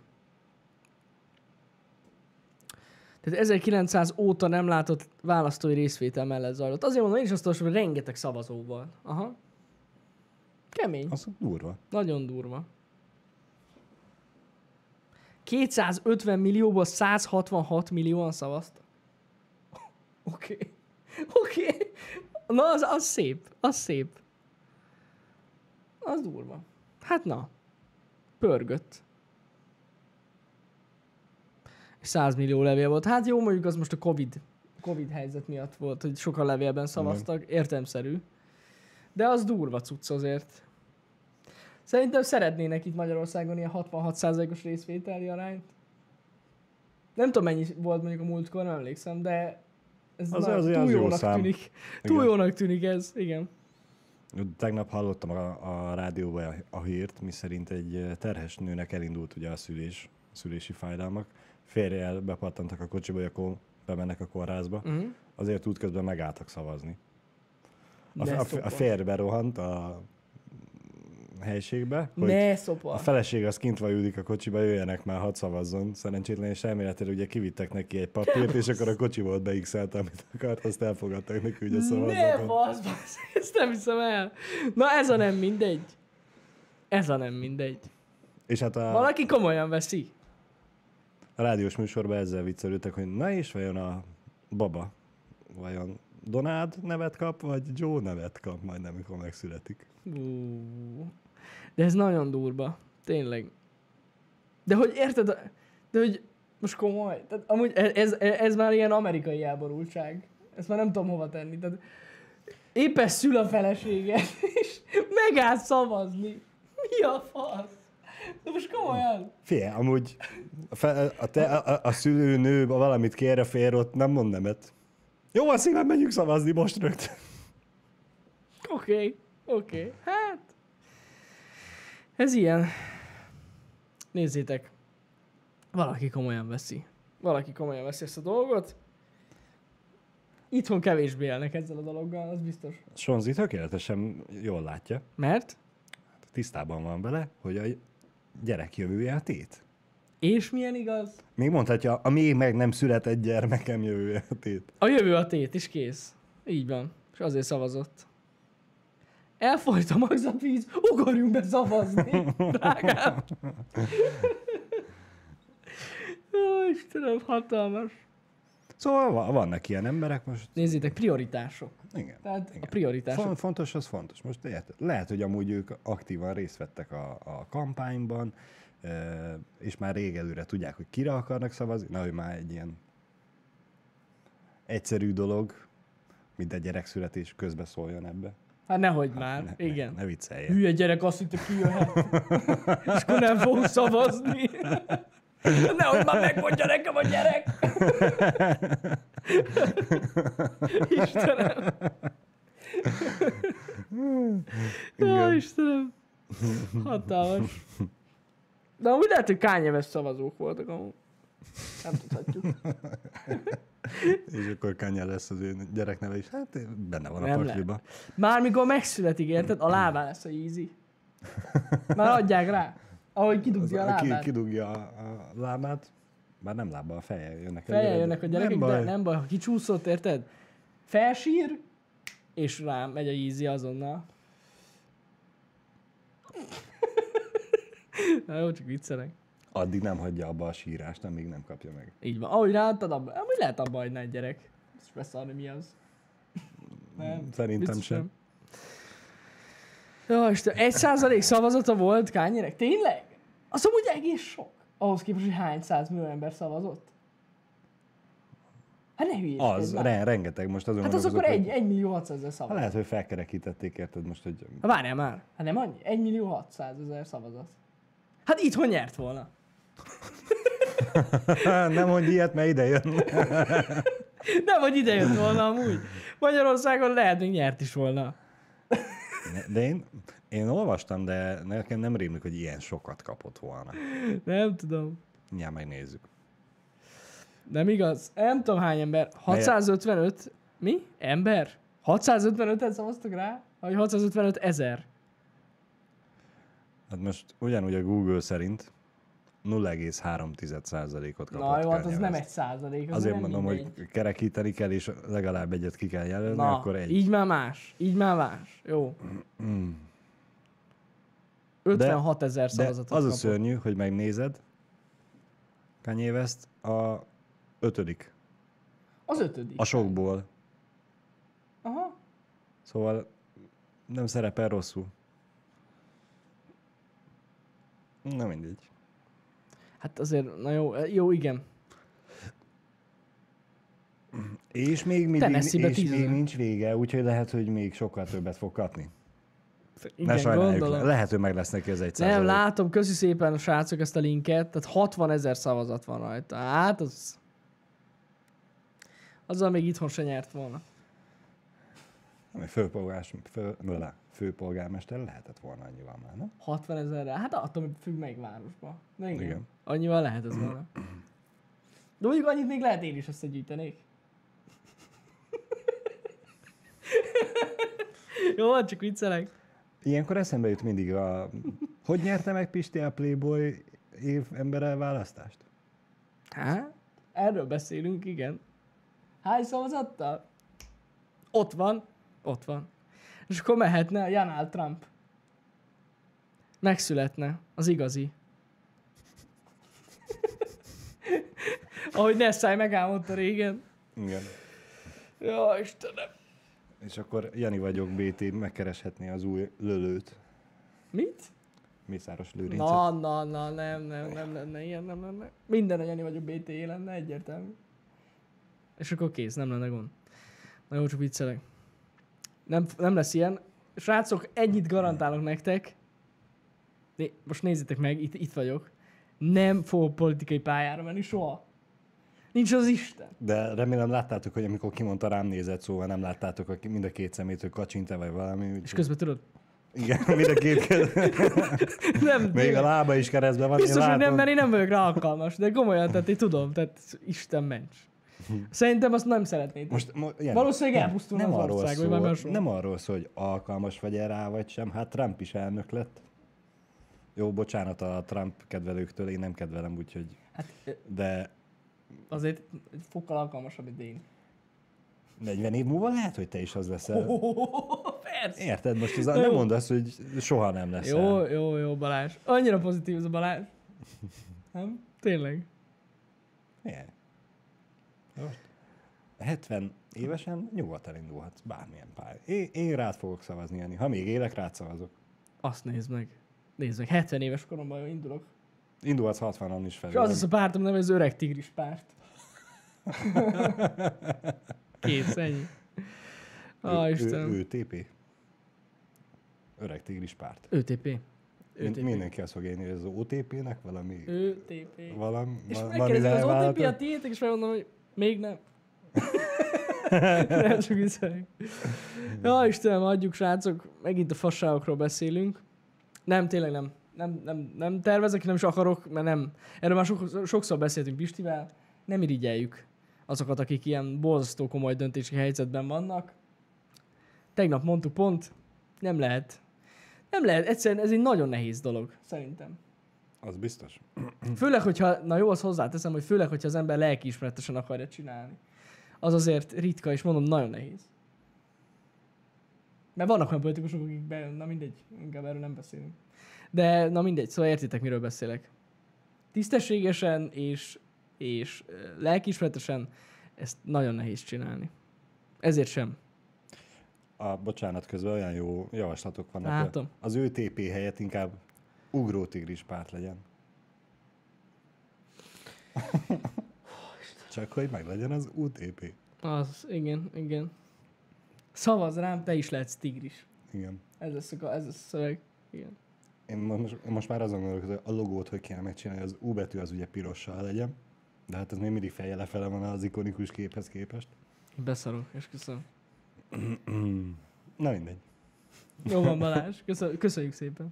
Tehát ezerkilencszáz óta nem látott választói részvétel mellett zajlott. Azért mondom, én is azt olvasom, hogy rengeteg szavazó volt. Aha. Kemény. Az durva. Nagyon durva. kétszázötven millióból száz hatvanhat millióan szavaztak. Oké. Okay. Oké. Okay. Na, az, az szép. Az szép. Az durva. Hát na. Pörgött. száz millió levél volt. Hát jó, mondjuk az most a Covid, Covid helyzet miatt volt, hogy sokan levélben szavaztak. Értelemszerű. De az durva cucc azért. Szerintem szeretnének itt Magyarországon ilyen hatvanhat százalékos részvételi arányt. Nem tudom, mennyi volt mondjuk a múltkor, nem emlékszem, de ez az, nagy, az, túl az jónak jó tűnik. Túl igen. jónak tűnik ez, igen. Tegnap hallottam a, a rádióban a hírt, miszerint egy terhes nőnek elindult ugye a szülés, a szülési fájdalmak. Férjel bepattantak a kocsiba, hogy akkor bemennek a kórházba. Uh-huh. Azért útközben megálltak szavazni. A, a, a férj berohant a helységbe, hogy ne a feleség az kint vajudik a kocsiba, jöjjenek már, hadd szavazzon. Szerencsétlen és elméletileg ugye kivittek neki egy papírt, és akkor a kocsi volt beixelt, amit akart, azt elfogadtak neki ugye szavazatot. Ne basz, basz, ezt nem hiszem el. Na ez a nem mindegy. Ez a nem mindegy. És hát a... Valaki komolyan veszi. A rádiós műsorban ezzel viccelődtek, hogy na és vajon a baba, vajon Donáld nevet kap, vagy Joe nevet kap majd, amikor megszületik. Uh, de ez nagyon durva. Tényleg. De hogy érted, de hogy most komoly. Tehát amúgy ez, ez már ilyen amerikai elborultság. Ezt már nem tudom hova tenni. Tehát éppen szül a felesége, és megáll szavazni. Mi a fasz? De most komolyan. Figyelj, amúgy a, fe, a, te, a, a szülőnő valamit kér a férj, ott nem mond nemet. Jó, van szívem, menjünk szavazni most rögtön. Oké, okay, oké. Okay. Hát... Ez ilyen. Nézzétek. Valaki komolyan veszi. Valaki komolyan veszi ezt a dolgot. Itthon kevésbé élnek ezzel a dologgal, az biztos. Sonzi tökéletesen jól látja. Mert? Tisztában van vele, hogy a gyerek jövője a tét. És milyen igaz? Még mondhatja, a még meg nem született gyermekem jövője a tét. A jövő a tét, és kész. Így van. És azért szavazott. Elfolyt a magzatvíz, ugorjunk be szavazni, drágám. Ó, Istenem, hatalmas. Szóval vannak ilyen emberek most. Nézzétek, prioritások. Igen. Tehát igen. a prioritások. Fontos, az fontos. Most érted? Lehet, hogy amúgy ők aktívan részt vettek a, a kampányban, és már rég előre tudják, hogy kire akarnak szavazni. Na, hogy már egy ilyen egyszerű dolog, mint egy gyerekszületés közbe szóljon ebbe. Hát nehogy hát már, ne, igen. Ne, ne vicceljen. Hülye gyerek azt hitte, kijöhet. És akkor nem fogunk szavazni. Nehogy már megmondja nekem a gyerek. Istenem. Ó, Istenem. Hatalmas. De amúgy lehet, hogy Kanye szavazók voltak amúgy. Nem tudhatjuk. És akkor Kanye lesz az ő gyerekneve is. Hát benne van nem a pakliba. Már mikor megszületik, érted? A lábán lesz a Yeezy. Már adják rá. Ahogy kidugja az, a lábát. Ki, kidugja a, a lábát. Már nem lábbal, a fejjel jönnek. Fejjel jönnek a gyerekek, nem de baj. nem baj. Ha kicsúszott, érted? Felsír, és rá megy a Yeezy azonnal. Na jó, csak viccelek. Addig nem hagyja abba a sírást, amíg nem kapja meg. Így van. Ahogy ráadtad abba, amúgy lehet abba hagyni egy gyerek. És beszarni mi az. Nem. Szerintem sem. Jó, Isten, egy százalék szavazata volt Kanye-nek? Tényleg? Az amúgy egész sok. Ahhoz képest, hogy hány százmillió ember szavazott. Hát ne hülyéskedj. Az, re- rengeteg most azon. Hát az akkor egy, egy millió hatszázezer szavazat. Lehet, hogy felkerekítették, érted most, hogy... Ha várjál már. Hát nem annyi? egy millió hatszázezer szavazat. Hát itthon nyert volna. Nem mondj ilyet, mert ide jön. Nem, hogy ide jött volna amúgy. Magyarországon lehet, hogy nyert is volna. De én, én olvastam, de nekem nem rémlik, hogy ilyen sokat kapott volna. Nem tudom. Ja, megnézzük. Nem igaz? Nem tudom hány ember. hatszázötvenöt... Mi? Ember? hatszázötvenöten szavaztak rá? Vagy hatszázötvenöt ezer? Hát most ugyanúgy a Google szerint nulla egész három százalékot kapott. Na jó, hát az Kanye nem West. egy százalék. Az Azért nem mondom, mindegy. hogy kerekíteni kell, és legalább egyet ki kell jelölni, Na, akkor egy. így már más. Így már más. Jó. Mm. ötvenhat ezer szavazatot az kapott. a szörnyű, hogy megnézed, Kanye West a ötödik. Az ötödik. A sokból. Aha. Szóval nem szerepel rosszul. Na mindegy. Hát azért, na jó, jó igen. És még mindig, Tennessee-be és tízezer. még nincs vége, úgyhogy lehet, hogy még sokkal többet fog kapni. Igen, Ne sajnáljuk, gondolom. lehet, hogy meg lesz neki az egy Nem, százalék. látom, köszi szépen, srácok, ezt a linket, tehát hatvan ezer szavazat van rajta. Hát az... Azzal még itthon se nyert volna. Ami főpolgás, fő, le, főpolgármester lehetett volna annyival már, nem? hatvan ezerre, hát attól még függ melyik városba. De igen, Igen. annyival lehet ez volna. De mondjuk annyit még lehet én is összegyűjtenék. Jó, csak viccelek. Ilyenkor eszembe jut mindig a... Hogy nyerte meg Pisti a Playboy év embere választást? Hát, erről beszélünk, igen. Hány szavazattal? Ott van, ott van. És akkor mehetne Donald Trump. Megszületne, az igazi. Ahogy Nessai megálmodta régen. Igen. Ja, Istenem. És akkor Jani vagyok bé té megkereshetné az új lölőt. Mit? Mészáros Lőrincet. Na, na, na, nem, nem, nem lenne ilyen, nem lenne. Minden a Jani vagyok bé té lenne, egyértelmű. És akkor kész, nem lenne gond. Na jó, csak viccelek. Nem, nem lesz ilyen. Srácok, ennyit garantálok nektek. Né, most nézzétek meg, itt, itt vagyok. Nem fogok politikai pályára menni soha. Nincs az Isten. De remélem láttátok, hogy amikor kimondta, rám nézett, szóval nem láttátok a, mind a két szemét, hogy kacsint-e vagy valami. Úgy, És közben tudod? igen, mind a két kez. Nem, Még a lába is keresztben van. biztos, én hogy nem, látom. mert én nem vagyok rá alkalmas. De komolyan, tehát én tudom. Tehát Isten ments. Szerintem azt nem szeretnéd. Most, mo, ilyen, Valószínűleg elpusztulna nem az arról ország, vagy szól, valami hasonló. Nem arról szól, hogy alkalmas vagy rá, vagy sem. Hát Trump is elnök lett. Jó, bocsánat a Trump kedvelőktől, én nem kedvelem, úgyhogy... Hát De azért egy fokkal alkalmasabb, mint én. negyven év múlva lehet, hogy te is az leszel. Oh, persze. Érted? Most az, nem mondd azt, hogy soha nem leszel. Jó, jó, jó, Balázs. Annyira pozitív ez a Balázs. Nem? Tényleg. Igen. Most hetven évesen nyugodtan indulhatsz bármilyen pályán. Én, én rád fogok szavazni, Jani. Ha még élek, rád szavazok. Azt nézd meg. Nézd meg, hetven éves koromban indulok. Indulhatsz hatvanon is És felül. az az a pártom neve, az öreg tigris párt. Kész, ennyi. Ah, ő, Istenem. ő, ő té pé. Öreg tigris párt. Ő té pé. Ő Min- té pé. mindenki azt fogja írni, hogy ez az o té pének valami... Ő té pé. Valami, És va- megkérdezik, az o té pé a elvállalta? tiétek, és megmondom, hogy még nem. Nem csak viccelek. Ja, Istenem, adjuk, srácok, megint a fasságokról beszélünk. Nem, tényleg nem. Nem, nem, nem tervezek, nem is akarok, mert nem. Erről már sok, sokszor beszéltünk Pistivel. Nem irigyeljük azokat, akik ilyen borzasztó komoly döntési helyzetben vannak. Tegnap mondtuk pont, nem lehet. Nem lehet, egyszerűen ez egy nagyon nehéz dolog, szerintem. Az biztos. Főleg, hogyha, na jó, azt hozzáteszem, hogy főleg, hogyha az ember lelkiismeretesen akarja csinálni. Az azért ritka, és mondom, nagyon nehéz. Mert vannak olyan politikusok, akik be, na mindegy, inkább erről nem beszélünk. De na mindegy, szóval értitek, miről beszélek. Tisztességesen és, és ö, lelkiismeretesen ezt nagyon nehéz csinálni. Ezért sem. A, bocsánat, közben olyan jó javaslatok vannak. Látom. Az ő té pé helyett inkább ugró tigris párt legyen. Csak hogy meglegyen az u té pé. Az, igen, igen. Szavazz rám, te is lehetsz tigris. Igen. Ez lesz a, ez lesz a szöveg. Igen. Én most, most már azon gondolok, hogy a logót hogy kéne megcsinálni, az U betű az ugye pirossal legyen. De hát ez még mindig fejjel lefele van az ikonikus képhez képest. Beszarok, és köszönöm. Na mindegy. Jó van, Balázs. Köszön, köszönjük szépen.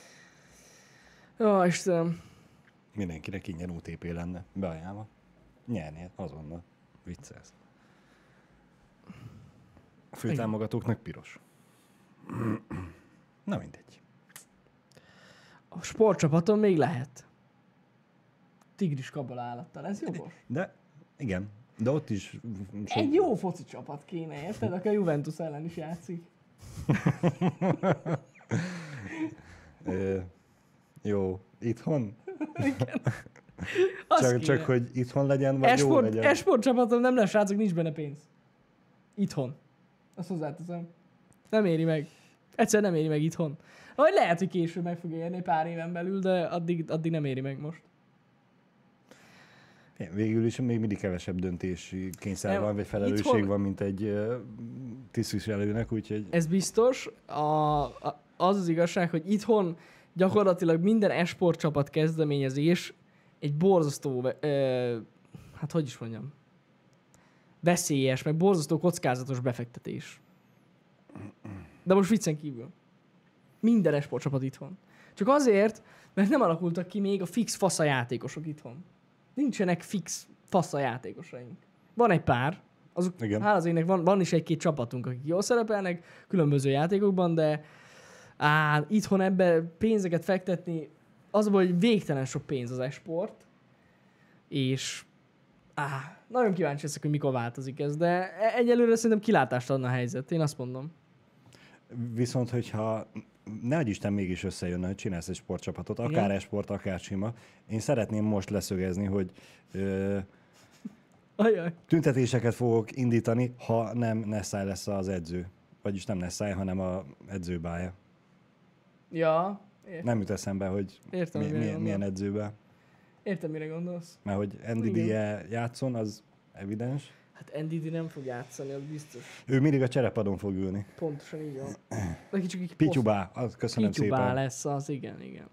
Jó, Istenem. Mindenkinek ingyen u té pé lenne beajánlva. Nyernél azonnal. Viccelsz. A főtámogatóknak piros. Na mindegy. A sportcsapaton még lehet. Tigris kabala állattal, ez jogos. De igen, de ott is... Sok... Egy jó foci csapat kéne, érted? Aki a Juventus ellen is játszik. Ö, Jó, itthon? Igen. Csak, csak hogy itthon legyen, vagy esport, jó legyen? esport csapatom nem lesz, srácok, nincs benne pénz. Itthon. Azt hozzáteszem. Nem éri meg. Egyszer nem éri meg itthon. Vagy lehet, hogy később meg fog érni pár éven belül, de addig, addig nem éri meg most. Végül is még mindig kevesebb döntési kényszer Nem, van, vagy felelősség itthon- van, mint egy uh, tisztviselőnek, úgyhogy Ez biztos. A, a, az az igazság, hogy itthon gyakorlatilag minden esport csapat kezdeményezés egy borzasztó, ö, hát hogy is mondjam, veszélyes, meg borzasztó kockázatos befektetés. De most viccen kívül. Minden esportcsapat itthon. Csak azért, mert nem alakultak ki még a fix fasza játékosok itthon. Nincsenek fix fasza játékosaink. Van egy pár, azok, Igen. hála az énnek van, van is egy-két csapatunk, akik jól szerepelnek különböző játékokban, de á, itthon ebbe pénzeket fektetni, az a baj, hogy végtelen sok pénz az esport, és á, nagyon kíváncsi leszek, hogy mikor változik ez, de egyelőre szerintem kilátást adna a helyzet, én azt mondom. viszont hogyha nehogy Isten mégis összejönne, hogy csinálsz egy sportcsapatot, akár Igen. esport, akár sima, én szeretném most leszögezni, hogy ö, Ajaj. tüntetéseket fogok indítani, ha nem Nessai lesz az edző. Vagyis nem Nessai, hanem a edzőbája. Ja, értem, Nem jut eszembe, hogy értem, mi, mire milyen, gondolsz. milyen edzőbe. Értem, mire gondolsz. Mert hogy en dé dé-je játszon, az evidens. Hát en dé dé nem fog játszani, az biztos. Ő mindig a cserepadon fog ülni. Pontosan így van. Neki csak egy Pityubá, az köszönöm Pityubá szépen. lesz az, igen, igen.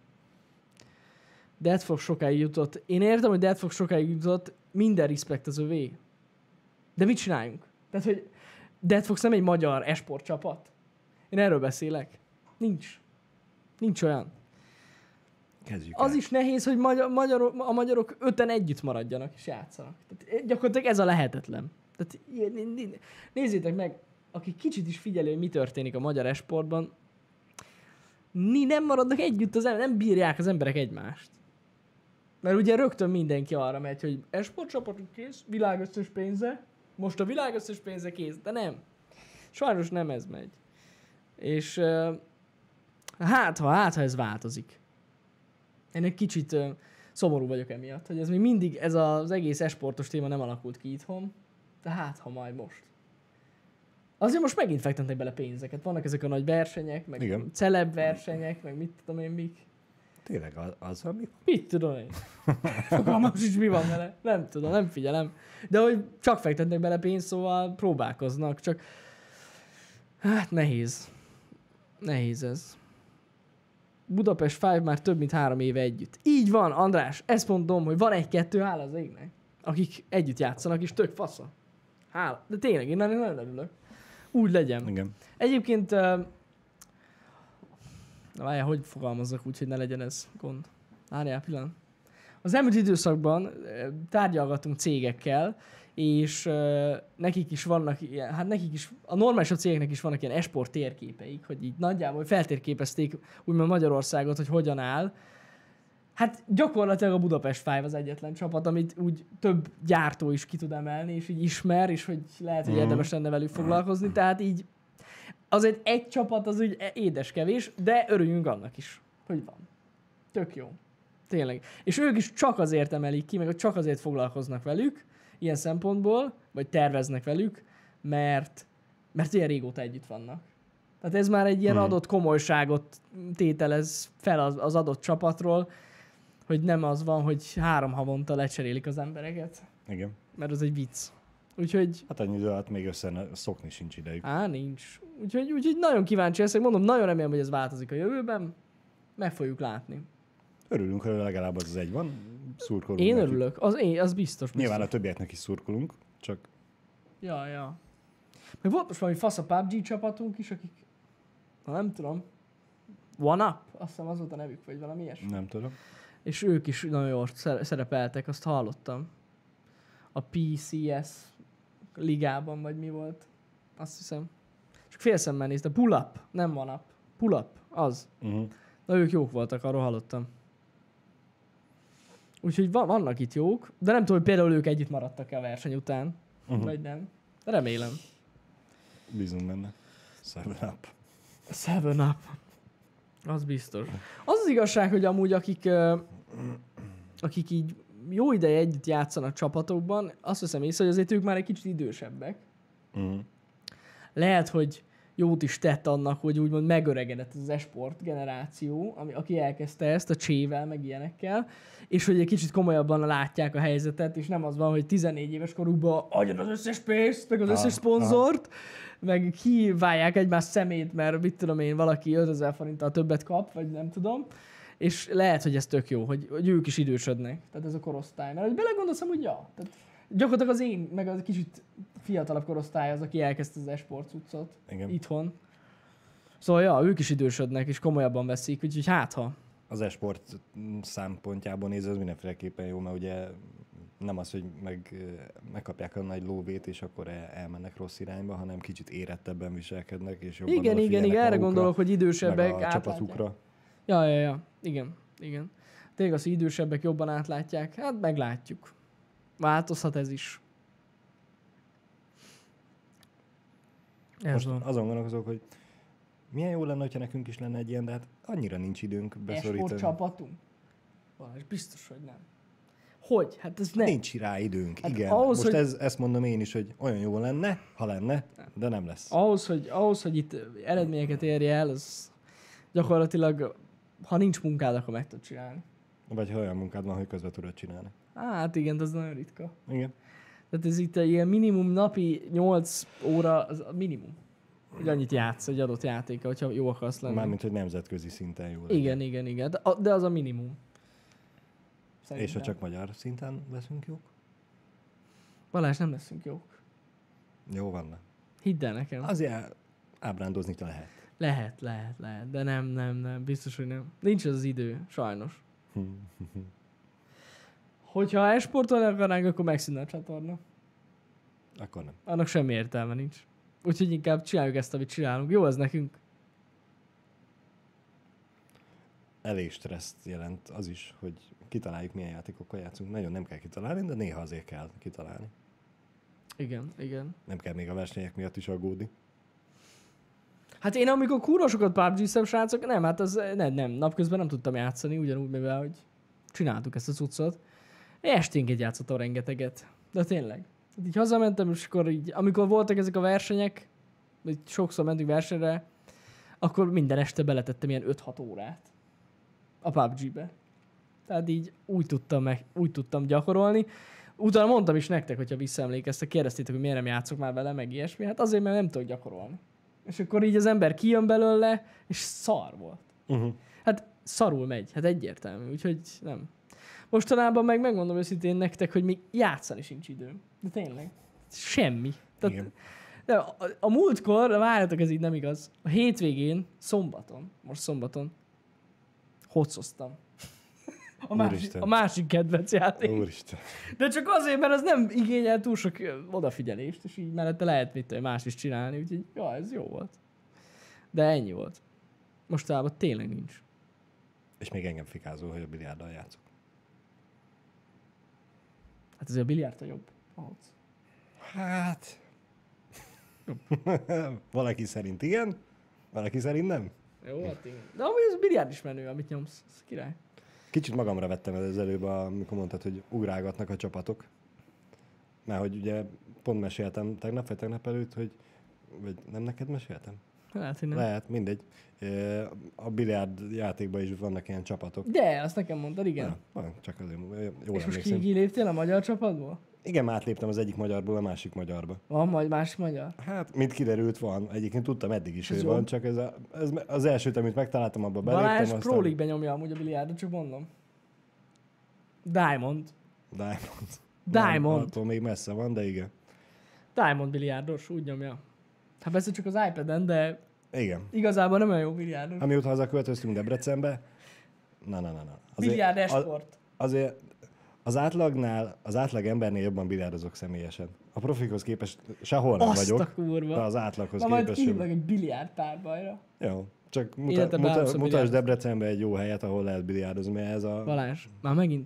Dead fog sokáig jutott. Én értem, hogy Dead fog sokáig jutott, minden respekt az övé. De mit csináljunk? Tehát, hogy Dead Fox nem egy magyar esport csapat. Én erről beszélek. Nincs. Nincs olyan. Kezdjük Az el. is nehéz, hogy magyar, magyarok, a magyarok öten együtt maradjanak és játszanak. Tehát gyakorlatilag ez a lehetetlen. Tehát ilyen- né- nézzétek meg, aki kicsit is figyelő, hogy mi történik a magyar esportban, mi nem maradnak együtt, az emberek, nem bírják az emberek egymást. Mert ugye rögtön mindenki arra megy, hogy esportcsapatunk kész, világösszes pénze, most a világösszes pénze kész, de nem. Sajnos nem ez megy. És uh, hát, ha, hát, ha ez változik. Én egy kicsit uh, szomorú vagyok emiatt, hogy ez még mindig, ez az egész esportos téma nem alakult ki itthon, de hát, ha majd most. Azért most megint fektetnek bele pénzeket. Vannak ezek a nagy versenyek, meg Igen. celeb versenyek, meg mit tudom én mik. Tényleg az, az ami... Mit tudom én? Fogalmam sincs, mi van vele. Nem tudom, nem figyelem. De hogy csak fektetnek bele pénzt, szóval próbálkoznak, csak hát nehéz. Nehéz ez. Budapest Five már több mint három éve együtt. Így van, András, ezt mondom, hogy van egy-kettő, hála az égnek, akik együtt játszanak, és tök fasza. Hála. De tényleg, én nagyon nagyon örülök. Úgy legyen. Igen. Egyébként, uh, na várjál, hogy fogalmazzak úgy, hogy ne legyen ez gond. Várjál, pillanat. Az elmúlt időszakban uh, tárgyalgatunk cégekkel, és uh, nekik is vannak ilyen, hát nekik is, a normálisabb cégeknek is vannak ilyen esport térképeik, hogy így nagyjából feltérképezték úgymond Magyarországot, hogy hogyan áll. Hát gyakorlatilag a Budapest Five az egyetlen csapat, amit úgy több gyártó is ki tud emelni, és így ismer, és hogy lehet, hogy érdemes lenne velük foglalkozni. Tehát így azért egy csapat az úgy édes kevés, de örüljünk annak is, hogy van. Tök jó. Tényleg. És ők is csak azért emelik ki, meg csak azért foglalkoznak velük, ilyen szempontból, vagy terveznek velük, mert, mert ilyen régóta együtt vannak. Tehát ez már egy ilyen Hmm. adott komolyságot tételez fel az, az adott csapatról, hogy nem az van, hogy három havonta lecserélik az embereket, Igen. mert az egy vicc. Úgyhogy, Hát annyi idő alatt még össze szokni sincs idejük. á, nincs. Úgyhogy, úgyhogy nagyon kíváncsi leszek, mondom, nagyon remélem, hogy ez változik a jövőben, meg fogjuk látni. Örülünk, hogy legalább az az egy van. Szurkolunk Én neki. örülök, az, én, az biztos, biztos. Nyilván a többieknek is szurkolunk, csak Ja, ja. Meg volt most valami fasz a pé u bé gé csapatunk is, akik, na nem tudom, One Up, azt hiszem az volt a nevük, vagy valami ilyesmi. nem tudom. És ők is nagyon jól szer- szerepeltek, azt hallottam. A pé cé es ligában, vagy mi volt. Azt hiszem. Csak félszemmel néztem. Pull Up, nem One Up. Pull Up, az. Uh-huh. Na ők jók voltak, arról hallottam. Úgyhogy va- vannak itt jók, de nem tudom, hogy például ők együtt maradtak-e a verseny után. Uh-huh. Vagy nem. Remélem. Bízunk benne. Seven up. Seven Up. Az biztos. Az az igazság, hogy amúgy akik, akik így jó ideje együtt játszanak csapatokban, azt veszem észre, hogy azért ők már egy kicsit idősebbek. Uh-huh. Lehet, hogy jót is tett annak, hogy úgymond megöregedett az esport generáció, ami, aki elkezdte ezt a csével, meg ilyenekkel, és hogy egy kicsit komolyabban látják a helyzetet, és nem az van, hogy tizennégy éves korukban adjad az összes pénzt, meg az összes szponzort, meg kiválják egymás szemét, mert mit tudom én, valaki ötezer forinttal többet kap, vagy nem tudom. És lehet, hogy ez tök jó, hogy, hogy ők is idősödnek. Tehát ez a korosztály. Mert hogy belegondolsz, hogy ja. Tehát gyakorlatilag az én, meg az kicsit fiatalabb korosztály az, aki elkezdte az esport cuccot itthon. Szóval ja, ők is idősödnek, és komolyabban veszik, úgyhogy hát ha. Az esport szempontjából nézve ez mindenféleképpen jó, mert ugye nem az, hogy meg, megkapják a nagy lóvét, és akkor el, elmennek rossz irányba, hanem kicsit érettebben viselkednek, és jobban igen, igen, igen, erre gondolok, hogy idősebbek meg a csapatukra. Ja, ja, ja, igen, igen. Tényleg az, hogy idősebbek jobban átlátják, hát meglátjuk. Változhat ez is. Ez most van. Azon gondolkozok, hogy milyen jó lenne, hogyha nekünk is lenne egy ilyen, de hát annyira nincs időnk beszorítani. Esport csapatunk? Balázs, biztos, hogy nem. Hogy? Hát ez nem. Nincs rá időnk, hát igen. Ahhoz, most hogy... ez, ezt mondom én is, hogy olyan jó lenne, ha lenne, nem. de nem lesz. Ahhoz, hogy, ahhoz, hogy itt eredményeket érje el, az gyakorlatilag, ha nincs munkád, akkor meg tudod csinálni. Vagy ha olyan munkád van, hogy közben tudod csinálni. Hát igen, az nagyon ritka. Igen. Tehát ez itt egy ilyen minimum napi nyolc óra, az a minimum. Hogy annyit játsz egy adott játéka, hogyha jó akarsz lenni. Mármint, hogy nemzetközi szinten jó legyen. Igen, igen, igen. De, de az a minimum. Szerintem. És ha csak magyar szinten leszünk jók? Balázs, nem leszünk jók. Jó vannak. Hidd el nekem. Azért ábrándozni lehet. Lehet, lehet, lehet. De nem, nem, nem. Biztos, hogy nem. Nincs az, az idő, sajnos. Hogyha esportolni akarnánk, akkor megszűnne a csatorna. Akkor nem. Annak semmi értelme nincs. Úgyhogy inkább csináljuk ezt, amit csinálunk. Jó ez nekünk. Elég stresszt jelent az is, hogy kitaláljuk, milyen játékokkal játszunk. Nagyon nem kell kitalálni, de néha azért kell kitalálni. Igen, igen. Nem kell még a versenyek miatt is aggódni. Hát én amikor kurva sokat pé u bé gé-ztem, srácok, nem, hát az nem, nem, napközben nem tudtam játszani, ugyanúgy, mivel hogy csináltuk ezt a cuccot. Esténként játszottam rengeteget. De tényleg. Hát így hazamentem, és akkor így, amikor voltak ezek a versenyek, így sokszor mentünk versenyre, akkor minden este beletettem ilyen öt-hat órát a pé u bé gé-be. Tehát így úgy tudtam, meg, úgy tudtam gyakorolni. Utána mondtam is nektek, hogyha visszaemlékeztek, kérdeztétek, hogy miért nem játszok már vele, meg ilyesmi. Hát azért, mert nem tudok gyakorolni. És akkor így az ember kijön belőle, és szar volt. Uh-huh. Hát szarul megy, hát egyértelmű, úgyhogy nem. Mostanában meg megmondom őszintén nektek, hogy még játszani sincs időm. De tényleg. Semmi. Tehát, de a, a múltkor, várjatok, ez így nem igaz. A hétvégén, szombaton, most szombaton, hocoztam. A másik, a másik kedvenc játék. Úristen. De csak azért, mert az nem igényel túl sok odafigyelést, és így mellette lehet mit más is csinálni, úgyhogy ja, ez jó volt. De ennyi volt. Mostában tényleg nincs. És még engem fikázol, hogy a biliárddal játszok. Hát azért a biliárd a jobb. Ahhoz. Hát... Valaki szerint igen, valaki szerint nem. Jó, hát igen. De amúgy ez a biliárd is menő, amit nyomsz. Ez király. Kicsit magamra vettem az előbb, amikor mondtad, hogy ugrálgatnak a csapatok. Mert hogy ugye pont meséltem tegnap, vagy tegnap előtt, hogy... Vagy nem neked meséltem? Lehet, hogy nem. Lehet, mindegy. A biliárd játékban is vannak ilyen csapatok. De, azt nekem mondtad, igen. Na, van, csak azért jól és most emlékszem. kiléptél a magyar csapatból? Igen, átléptem az egyik magyarból a másik magyarba. Van majd másik magyar? Hát, mint kiderült, van. Egyébként tudtam eddig is, ez hogy jó. van, csak ez, a, ez az elsőt, amit megtaláltam, abba beléptem. Balázs aztán... Pro League-ben nyomja amúgy a biliárdot, csak mondom. Diamond. Diamond. Diamond. Nem, attól még messze van, de igen. Diamond biliárdos, úgy nyomja. Hát persze csak az iPad-en, de igen. Igazából nem olyan jó biliárdos. Amióta hazaköltöztünk Debrecenbe, na, na, na, na. Biliárd esport. Azért az átlagnál, az átlag embernél jobban biliárdozok személyesen. A profikhoz képest sehol nem Azt vagyok, a kurva. de az átlaghoz Na képest... majd hívlak egy biliárd párbajra. Jó, csak muta, Életemben muta, elhúszom mutasd biliárdozni. Debrecenbe egy jó helyet, ahol lehet biliárdozni, mert ez a... Balázs, már megint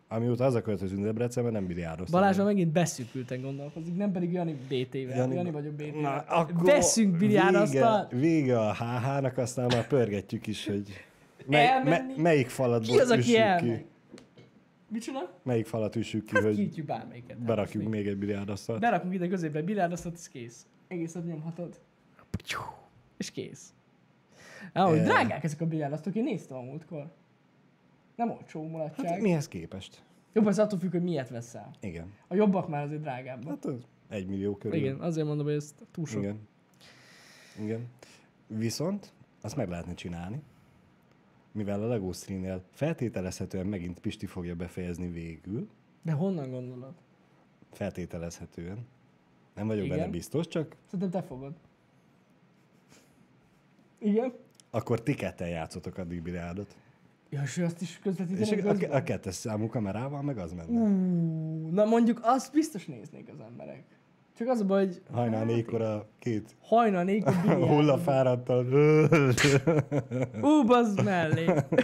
Amióta hazaköltözünk Debrecenbe, nem biliárdoztam. Balázs megint beszűkülten gondolkozik, nem pedig Jani bé té-vel. Jani, Jani vagyok bé té-vel. Na, akkor veszünk biliárdasztalt. Vége, vége a há há-nak, aztán már pörgetjük is, hogy mely, me, melyik falat ki az, aki üssük elmegy? ki. Mit csinál? Melyik falat üssük ki, Hát hogy kiítjük bármelyiket. berakjuk még egy biliárdasztalt. Berakunk ide középre egy biliárdasztalt, ez kész. Egészet nyomhatod. És kész. Ahogy Eh. drágák ezek a biliárdasztok, én néztem a múltkor. Nem olcsó mulatság. Hát mihez képest? Jobb az attól függ, hogy miért veszel. Igen. A jobbak már azért drágábbak. Hát az egy millió körül. Igen, azért mondom, hogy ez túl sok. Igen. Igen. Viszont azt meg lehetne csinálni, mivel a Lego Streamnél feltételezhetően megint Pisti fogja befejezni végül. De honnan gondolod? Feltételezhetően. Nem vagyok Igen. benne biztos, csak Szerintem te fogod. Igen? akkor ti ketten játszotok addig biliárdot. Ja, és ő azt is És közvetítenek a, közben? a, a kettes számú kamerával meg az menne. Ú, na mondjuk azt biztos néznék az emberek. Csak az a baj, hogy Hajnal négykor a két hajnal négykor biliárdozunk. hullafáradtal. Ú, bazd mellé.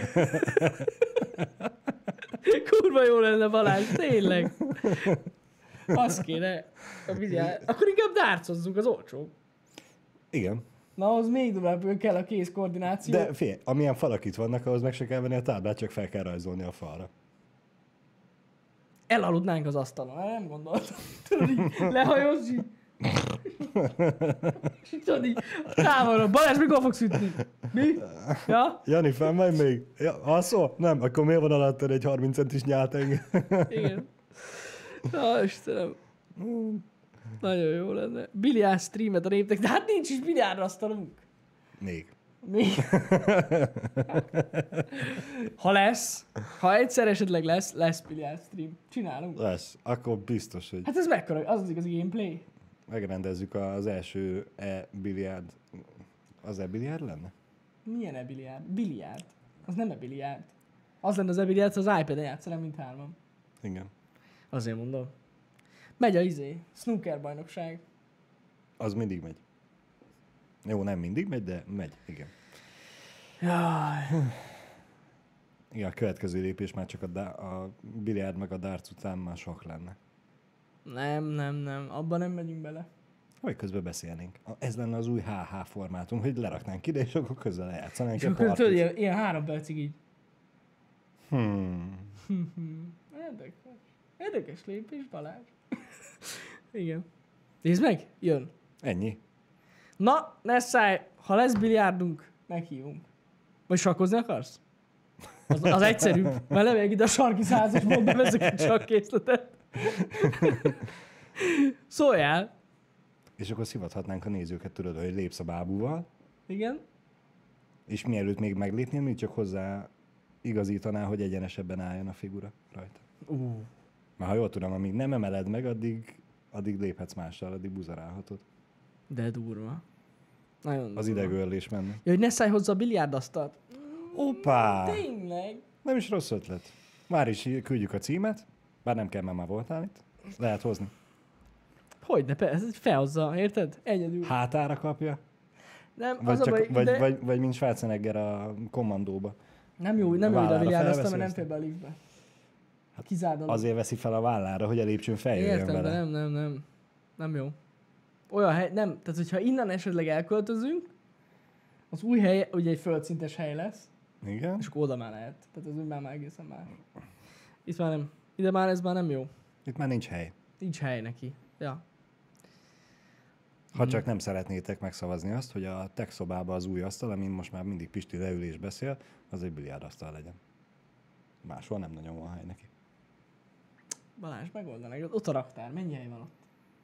Kurva jó lenne, Balázs, tényleg. Az kéne. A biliárd... Akkor inkább dárcozzunk, az olcsó. Igen. Na, ahhoz még durvább kell a kéz koordináció. De fél, amilyen falak itt vannak, ahhoz meg se kell venni a táblát, csak fel kell rajzolni a falra. Elaludnánk az asztalon, nem gondoltam. Tudod, így lehajóz, így... És így tudod, így távolra. Balázs, mikor fogsz ütni? Mi? Ja? Jani, felmegy még? Ja, alszol? Nem, akkor miért van alattad egy harminc centis nyálteng? Igen. Ja, Istenem. Nagyon jó lenne. Biliárd streamet a népnek, de hát nincs is biliárdasztalunk. Még. Mi? Ha lesz, ha egyszer esetleg lesz, lesz biliárd stream. Csinálunk. Lesz. Akkor biztos, hogy Hát ez mekkora, az az igazi gameplay. megrendezzük az első e-biliárd. Az e-biliárd lenne? Milyen e-biliárd? Biliárd. Az nem e-biliárd. Az lenne az e-biliárd, az iPad-en játszanak mint hárman. Igen. Azért mondom. Megy a izé, snooker bajnokság. Az mindig megy. Jó, nem mindig megy, de megy. Igen. Jaj. Igen, a következő lépés már csak a, dá- a biliárd meg a darts után már sok lenne. Nem, nem, nem. Abban nem megyünk bele. Vagy közben beszélnénk. A- Ez lenne az új há há formátum, hogy leraknánk ide, és akkor közben lejátszanánk És egy akkor tudod, partit. ilyen, ilyen három percig így. Hmm. Érdekes. Érdekes lépés, Balázs. Igen. Nézd meg, jön. Ennyi. Na, ne szállj, ha lesz biliárdunk, meghívunk. Vagy sakkozni akarsz? Az, az egyszerűbb. Mert lemegyek ide a sarki százasból, bevezek egy sakkészletet. Szóljál. És akkor szivathatnánk a nézőket, tudod, hogy lépsz a bábúval, Igen. és mielőtt még meglépnél, még csak hozzá igazítaná, hogy egyenesebben álljon a figura rajta. Uh. Mert ha jól tudom, amíg nem emeled meg, addig, addig léphetsz mással, addig buzarálhatod. De durva. Nagyon Az durva. idegőrlés menne. Ja, hogy ne szállj hozzá a biliárdasztalt. Hoppá! Tényleg? Nem is rossz ötlet. Már is küldjük a címet, bár nem kell, mert már voltál itt. Lehet hozni. Hogyne, persze, felhozza, érted? Egyedül. Hátára kapja, Nem, vagy, az a csak, baj, vagy, ide... vagy, vagy mint Schwarzenegger a kommandóba. Nem jó, nem jó ide a vállára biliárdasztal, mert felveszi nem fér be a liftbe. Kizárt a lift. Azért veszi fel a vállára, hogy a lépcsőn feljöjjön Értem, de vele. nem, nem, nem. Nem jó. Olyan hely, nem. Tehát, hogyha innen esetleg elköltözünk, az új hely ugye egy földszintes hely lesz, Igen? és akkor oda már lehet. Tehát az úgy már, már egészen más. Itt már nem. Ide már ez már nem jó. Itt már nincs hely. Nincs hely neki. Ja. Ha csak nem szeretnétek megszavazni azt, hogy a tech szobában az új asztal, amin most már mindig Pisti leül és beszél, az egy biliárdasztal legyen. Máshol nem nagyon van hely neki. Balázs, megoldanak. Ott a raktár. Mennyi hely van ott?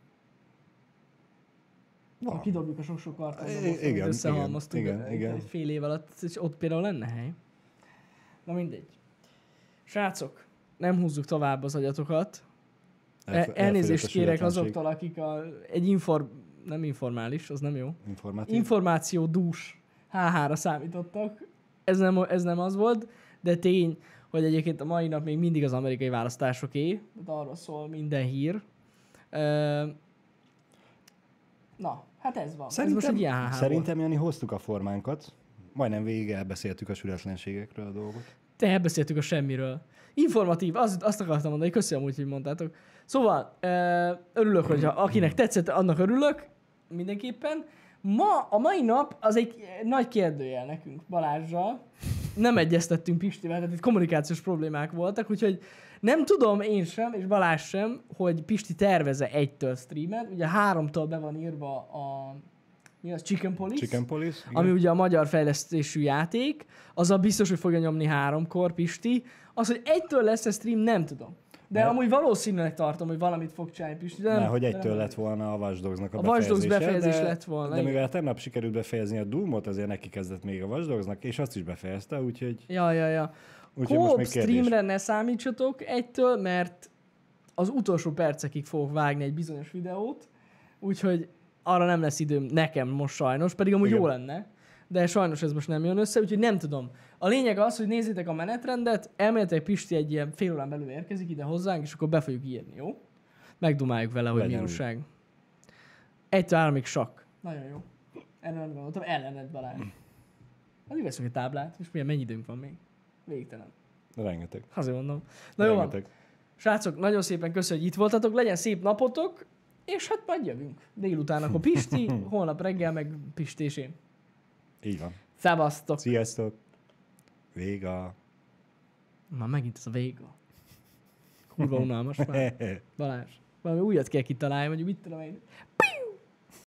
Van. Ha kidobjuk a sok-sok I- kartondobozt, igen, amit összehalmoztunk igen, egy, igen. egy fél év alatt, és ott például lenne hely. Na mindegy. Srácok, nem húzzuk tovább az agyatokat. Elf- E- elfogyott elnézést a kérek sületlenség. azoktól, akik a, egy inform... nem informális, az nem jó. Informatív. Információ dús há há-ra számítottak. Ez nem, ez nem az volt, de tény, hogy egyébként a mai nap még mindig az amerikai választásoké. Arról szól minden hír. Ö, Na, hát ez van. ez most egy ilyen há há szerintem Jani, hoztuk a formánkat. Majdnem végig elbeszéltük a sületlenségekről a dolgot. Te beszéltük a semmiről. Informatív, azt, azt akartam mondani, köszönöm úgy, hogy mondtátok. Szóval, örülök, hogy akinek tetszett, annak örülök, mindenképpen. Ma, a mai nap az egy nagy kérdőjel nekünk Balázsral. Nem egyeztettünk Pistivel, tehát itt kommunikációs problémák voltak, úgyhogy nem tudom én sem, és Balázs sem, hogy Pisti terveze egytől streamet. Ugye háromtól be van írva a mi az? Chicken Police? Chicken Police, ami ugye a magyar fejlesztésű játék. Az a biztos, hogy fogja nyomni háromkor Pisti. Az, hogy egytől lesz a stream, nem tudom. De mert... amúgy valószínűleg tartom, hogy valamit fog csinálni Pisti. De nem, mert hogy de egytől nem lett volna a Watch Dogs-nak a, a befejezése. A Watch Dogs befejezés de, lett volna. De igen. mivel tegnap sikerült befejezni a Doom-ot, azért neki kezdett még a Watch Dogs-nak, és azt is befejezte, úgyhogy... Ja, ja, ja. Úgyhogy most még streamre ne számítsatok egytől, mert az utolsó percekig fogok vágni egy bizonyos videót, úgyhogy arra nem lesz időm nekem most sajnos, pedig amúgy igen. Jó lenne, de sajnos ez most nem jön össze, úgyhogy nem tudom. A lényeg az, hogy nézzétek a menetrendet, elméletileg Pisti egy ilyen fél órán belül érkezik ide hozzánk, és akkor be fogjuk írni, jó? Megdumáljuk vele, hogy mi újság. Egytől háromig sakk. Nagyon jó. Erre nem gondoltam, ellened Balázs. Addig veszünk egy táblát, és milyen mennyi időnk van még? Végtelen. Rengeteg. Azért mondom. Na jó van. Srácok, nagyon szépen köszönjük, hogy itt voltatok, legyen szép napotok, és hát majd jövünk. Délután akkor Pisti, holnap reggel meg Pisti és én. Így van. Szevasztok. Sziasztok. Véga. Már megint ez a véga. Kurva unalmas már. Balázs. Valami újat kell kitalálni, mondjuk mit tudom én.